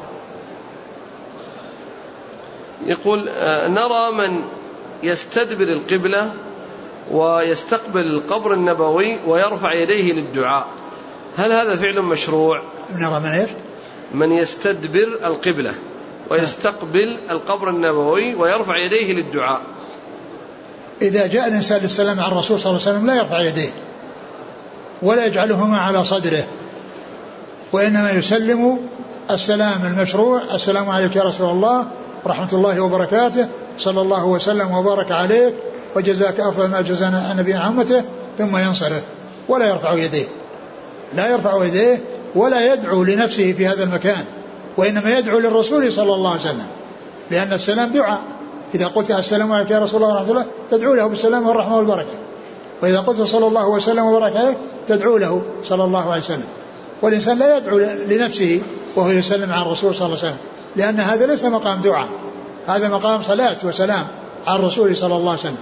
يقول: نرى من يستدبر القبلة ويستقبل القبر النبوي ويرفع يديه للدعاء، هل هذا فعل مشروع؟ نرى من إيش؟ من يستدبر القبلة ويستقبل القبر النبوي ويرفع يديه للدعاء. إذا جاء الإنسان للسلام على الرسول صلى الله عليه وسلم لا يرفع يديه ولا يجعلهما على صدره، وإنما يسلم السلام المشروع: السلام عليك يا رسول الله ورحمة الله وبركاته، صلى الله وسلم وبارك عليك وجزاك أفضل ما جزانا النبي عن أمته، ثم ينصرف ولا يرفع يديه، لا يرفع يديه ولا يدعو لنفسه في هذا المكان، وإنما يدعو للرسول صلى الله عليه وسلم، لأن السلام دعاء. إذا قلت السلام عليك يا رسول الله ورحمة الله تدعو له بالسلام والرحمة والبركة، وإذا قلت صلى الله وسلم وبارك عليه تدعو له صلى الله عليه وسلم. والإنسان لا يدعو لنفسه وهو يسلم على الرسول صلى الله عليه وسلم، لأن هذا ليس مقام دعاء، هذا مقام صلاة وسلام على الرسول صلى الله عليه وسلم.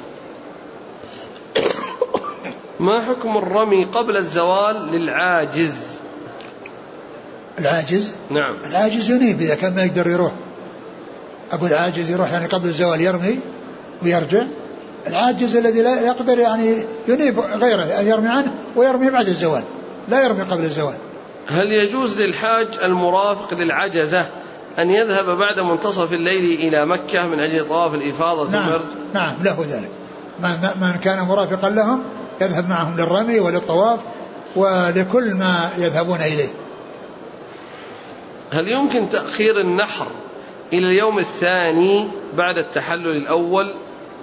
ما حكم الرمي قبل الزوال للعاجز؟ العاجز؟ نعم. العاجز ينيب إذا كان ما يقدر يروح. أقول العاجز يروح يعني قبل الزوال يرمي ويرجع. العاجز الذي لا يقدر يعني ينيب غيره أن يرمي عنه ويرمي بعد الزوال، لا يرمي قبل الزوال. هل يجوز للحاج المرافق للعجزة أن يذهب بعد منتصف الليل إلى مكة من أجل طواف الإفاضة؟ نعم له ذلك. من كان مرافقا لهم يذهب معهم للرمي وللطواف ولكل ما يذهبون إليه. هل يمكن تأخير النحر إلى اليوم الثاني بعد التحلل الأول؟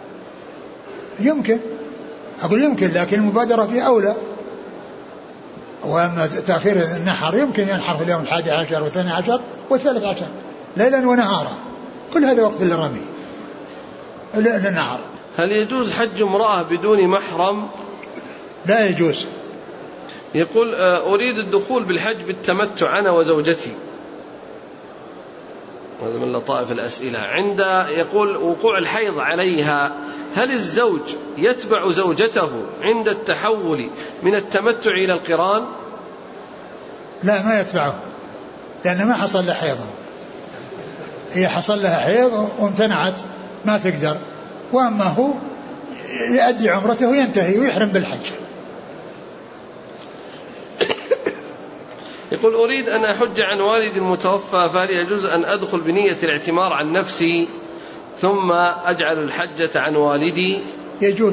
يمكن، أقول يمكن، لكن المبادرة فيه أولى. وأما تأخير النحر يمكن ينحر في اليوم 11 و12 و13 ليلا ونهارا، كل هذا وقت للرمي للنحر. هل يجوز حج امرأة بدون محرم؟ لا يجوز. يقول أريد الدخول بالحج بالتمتع أنا وزوجتي. هذا من لطائف الأسئلة. عند يقول وقوع الحيض عليها، هل الزوج يتبع زوجته عند التحول من التمتع إلى القران؟ لا، ما يتبعه، لأنه ما حصل له حيض، هي حصل لها حيض وامتنعت ما تقدر، وأما هو يؤدي عمرته وينتهي ويحرم بالحج. يقول أريد أن أحج عن والدي المتوفى، فهل يجوز أن أدخل بنية الاعتمار عن نفسي ثم أجعل الحجة عن والدي؟ يجوز.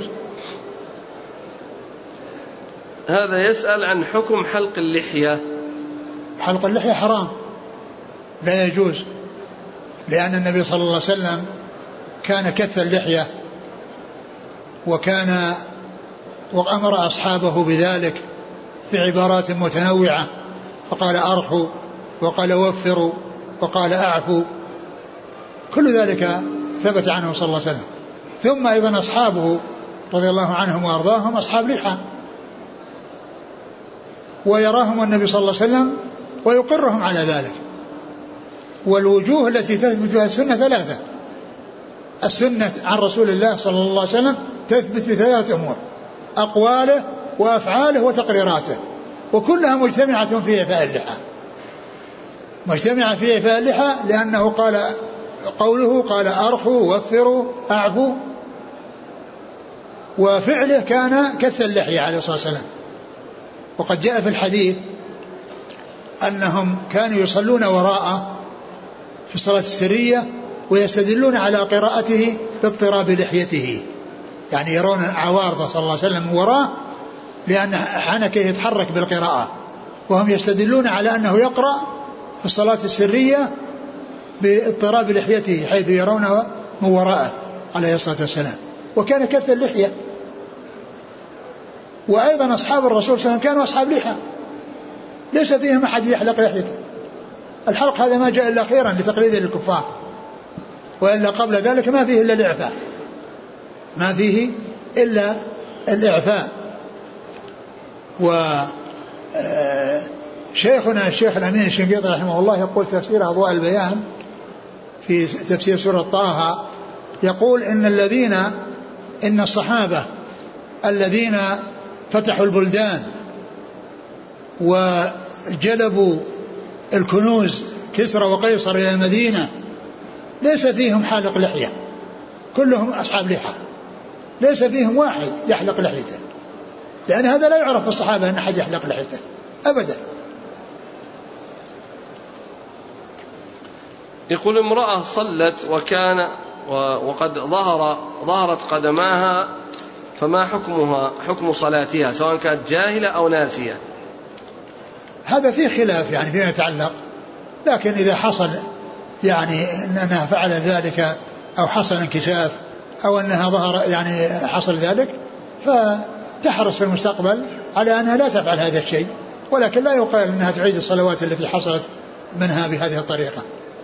هذا يسأل عن حكم حلق اللحية. حلق اللحية حرام، لا يجوز، لأن النبي صلى الله عليه وسلم كان كث اللحية وأمر أصحابه بذلك بعبارات متنوعة، فقال أرخوا وقال وفروا وقال أعفوا، كل ذلك ثبت عنه صلى الله عليه وسلم. ثم أيضا أصحابه رضي الله عنهم وأرضاهم أصحاب لحى، ويراهم النبي صلى الله عليه وسلم ويقرهم على ذلك. والوجوه التي تثبت بها السنة ثلاثة. السنة عن رسول الله صلى الله عليه وسلم تثبت بثلاثة أمور: أقواله وأفعاله وتقريراته، وكلها مجتمعة في إعفاء اللحى. مجتمعة في إعفاء اللحى لأنه قال أرخوا وفروا أعفوا، وفعله كان كث اللحية عليه الصلاة والسلام. وقد جاء في الحديث أنهم كانوا يصلون وراءه في الصلاة السرية ويستدلون على قراءته باضطراب لحيته، يعني يرون عوارضه صلى الله عليه وسلم وراه لأن حنكه يتحرك بالقراءة، وهم يستدلون على أنه يقرأ في الصلاة السرية باضطراب لحيته حيث يرونه من وراءه عليه الصلاة والسلام. وكان كث اللحية. وأيضا أصحاب الرسول صلى الله عليه وسلم كانوا أصحاب لحى، ليس فيهم أحد يحلق لحيته. الحلق هذا ما جاء إلا أخيرا لتقليد الكفار، وإلا قبل ذلك ما فيه إلا الإعفاء، ما فيه إلا الإعفاء. وشيخنا الشيخ الأمين الشنقيطي رحمه الله يقول تفسير أضواء البيان في تفسير سورة طه، يقول إن الصحابة الذين فتحوا البلدان وجلبوا الكنوز كسرى وقيصر إلى المدينة ليس فيهم حالق لحية، كلهم أصحاب لحى، ليس فيهم واحد يحلق لحيته، لأن هذا لا يعرف في الصحابة أن أحد يحلق لحيته أبدا. يقول امرأة صلت وقد ظهرت قدماها فما حكمها حكم صلاتها سواء كانت جاهلة أو ناسية؟ هذا فيه خلاف يعني فيما يتعلق، لكن إذا حصل يعني أنها فعل ذلك أو حصل انكشاف أو أنها ظهر يعني حصل ذلك، فتحرص في المستقبل على أنها لا تفعل هذا الشيء، ولكن لا يقال أنها تعيد الصلوات التي حصلت منها بهذه الطريقة.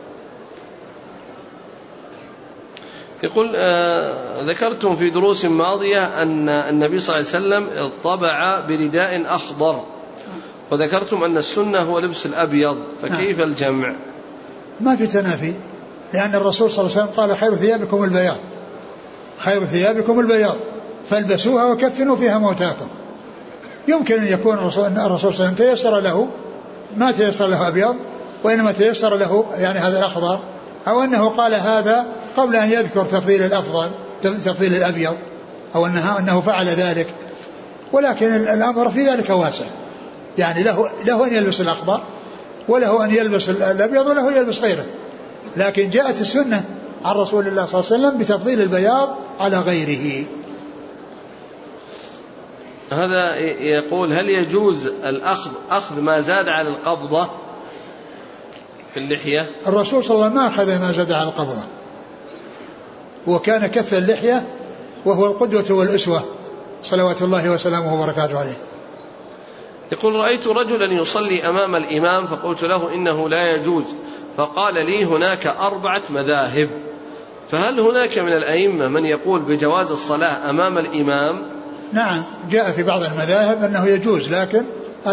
يقول ذكرتم في دروس ماضية أن النبي صلى الله عليه وسلم اطبع برداء أخضر، وذكرتم أن السنة هو لبس الأبيض، فكيف الجمع؟ ما في تنافي، لأن الرسول صلى الله عليه وسلم قال خير ثيابكم البياض، خير ثيابكم البياض فالبسوها وكفنوا فيها موتاكم. يمكن أن يكون الرسول صلى الله عليه وسلم تيسر له ما تيسر له أبيض، وإنما تيسر له يعني هذا الأخضر، أو أنه قال هذا قبل أن يذكر تفضيل الأفضل تفضيل الأبيض، أو أنه فعل ذلك، ولكن الأمر في ذلك واسع، يعني له أن يلبس الأخضر وله أن يلبس الأبيض وله يلبس غيره، لكن جاءت السنة عن رسول الله صلى الله عليه وسلم بتفضيل البياض على غيره. هذا يقول هل يجوز أخذ ما زاد على القبضة في اللحية؟ الرسول صلى الله عليه وسلم ما أخذ ما زاد على القبضة، وكان كث اللحية وهو القدوة والأسوة صلوات الله وسلامه وبركاته عليه. يقول رأيت رجلا يصلي أمام الإمام فقلت له إنه لا يجوز، فقال لي هناك 4 مذاهب، فهل هناك من الأئمة من يقول بجواز الصلاة أمام الإمام؟ نعم جاء في بعض المذاهب أنه يجوز، لكن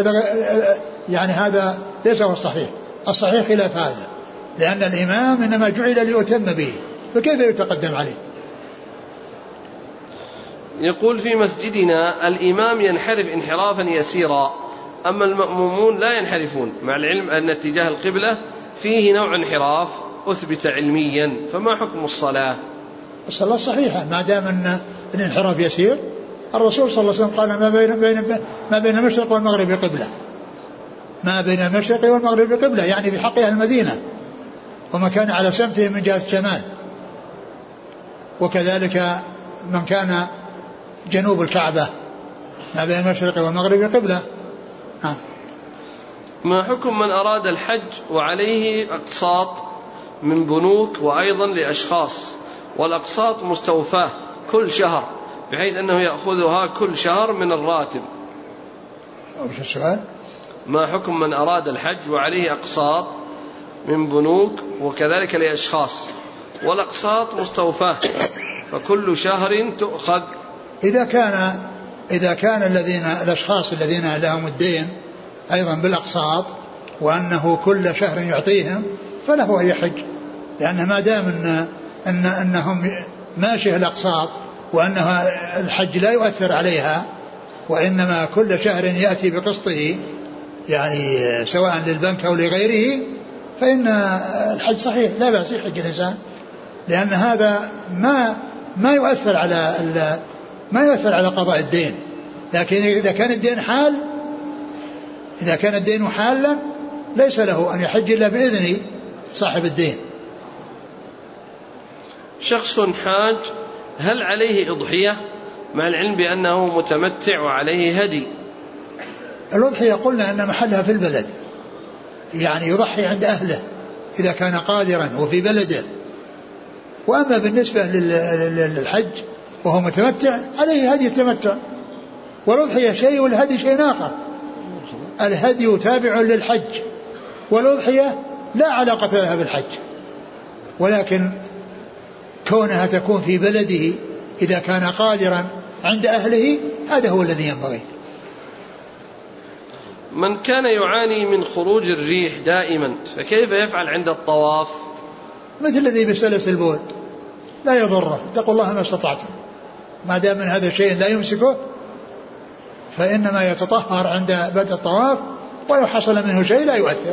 هذا ليس هو الصحيح، الصحيح خلاف هذا، لأن الإمام إنما جعل ليؤتم به، فكيف يتقدم عليه؟ يقول في مسجدنا الإمام ينحرف انحرافا يسيرا، أما المأمومون لا ينحرفون، مع العلم أن اتجاه القبلة فيه نوع انحراف أثبت علميا، فما حكم الصلاة؟ الصلاة صحيحة ما دام أن الانحراف يسير. الرسول صلى الله عليه وسلم قال ما بين المشرق والمغرب قبلة، ما بين المشرق والمغرب قبلة، يعني في حق أهل المدينة وما كان على سمته من جهة الشمال، وكذلك من كان جنوب الكعبة، ما بين المشرق والمغرب قبلة. ما حكم من أراد الحج وعليه أقساط من بنوك وأيضا لأشخاص، والأقساط مستوفاة كل شهر بحيث أنه يأخذها كل شهر من الراتب؟ وش السؤال؟ ما حكم من أراد الحج وعليه أقساط من بنوك وكذلك لأشخاص والأقساط مستوفاة فكل شهر تؤخذ؟ إذا كان الأشخاص الذين لهم الدين أيضا بالأقساط وأنه كل شهر يعطيهم فله أن يحج، لأن ما دام أنهم ماشيه الأقساط وأنها الحج لا يؤثر عليها، وإنما كل شهر يأتي بقسطه يعني سواء للبنك أو لغيره، فإن الحج صحيح لا بأس يحج الإنسان، لأن هذا ما يؤثر على قضاء الدين. لكن إذا كان الدين حالا ليس له أن يحج إلا بإذن صاحب الدين. شخص حاج هل عليه إضحية مع العلم بأنه متمتع وعليه هدي؟ الأضحية قلنا أن محلها في البلد، يعني يضحي عند أهله إذا كان قادرا وفي بلده، وأما بالنسبة للحج وهو متمتع عليه هدي التمتع، والأضحية شيء والهدي شيء آخر. الهدي تابع للحج والأضحية لا علاقة لها بالحج، ولكن كونها تكون في بلده إذا كان قادرا عند أهله هذا هو الذي ينبغي. من كان يعاني من خروج الريح دائما فكيف يفعل عند الطواف؟ مثل الذي بيسلس البول لا يضره، اتقوا الله ما استطعتم، ما دام من هذا شيء لا يمسكه فإنما يتطهر عند بدء الطواف، ولو حصل منه شيء لا يؤثر.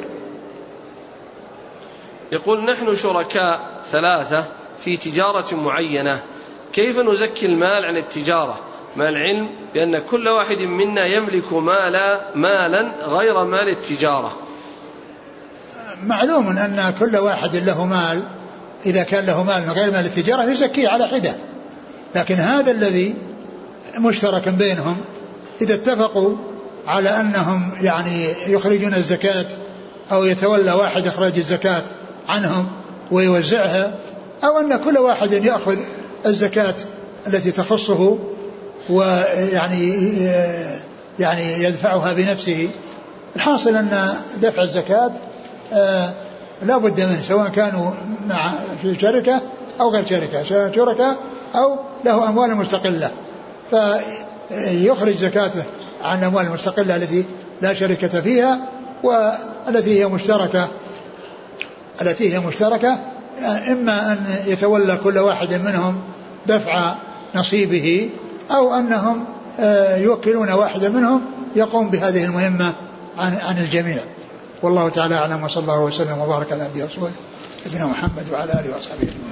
يقول نحن شركاء 3 في تجارة معينة، كيف نزكي المال عن التجارة مع العلم بأن كل واحد منا يملك مالا غير مال التجارة؟ معلوم أن كل واحد له مال، إذا كان له مال غير مال التجارة يزكيه على حدة، لكن هذا الذي مشترك بينهم، إذا اتفقوا على أنهم يعني يخرجون الزكاة أو يتولى واحد إخراج الزكاة عنهم ويوزعها، أو أن كل واحد يأخذ الزكاة التي تخصه ويعني يدفعها بنفسه. الحاصل أن دفع الزكاة لا بد منه، سواء كانوا في شركة أو غير شركة أو له أموال مستقلة، فيخرج زكاته عن الأموال المستقلة التي لا شركة فيها والتي هي مشتركة إما أن يتولى كل واحد منهم دفع نصيبه، أو أنهم يوكلون واحدا منهم يقوم بهذه المهمة عن الجميع. والله تعالى أعلم، وصلى الله وسلم وبارك على نبينا ورسوله نبينا محمد وعلى آله وصحبه.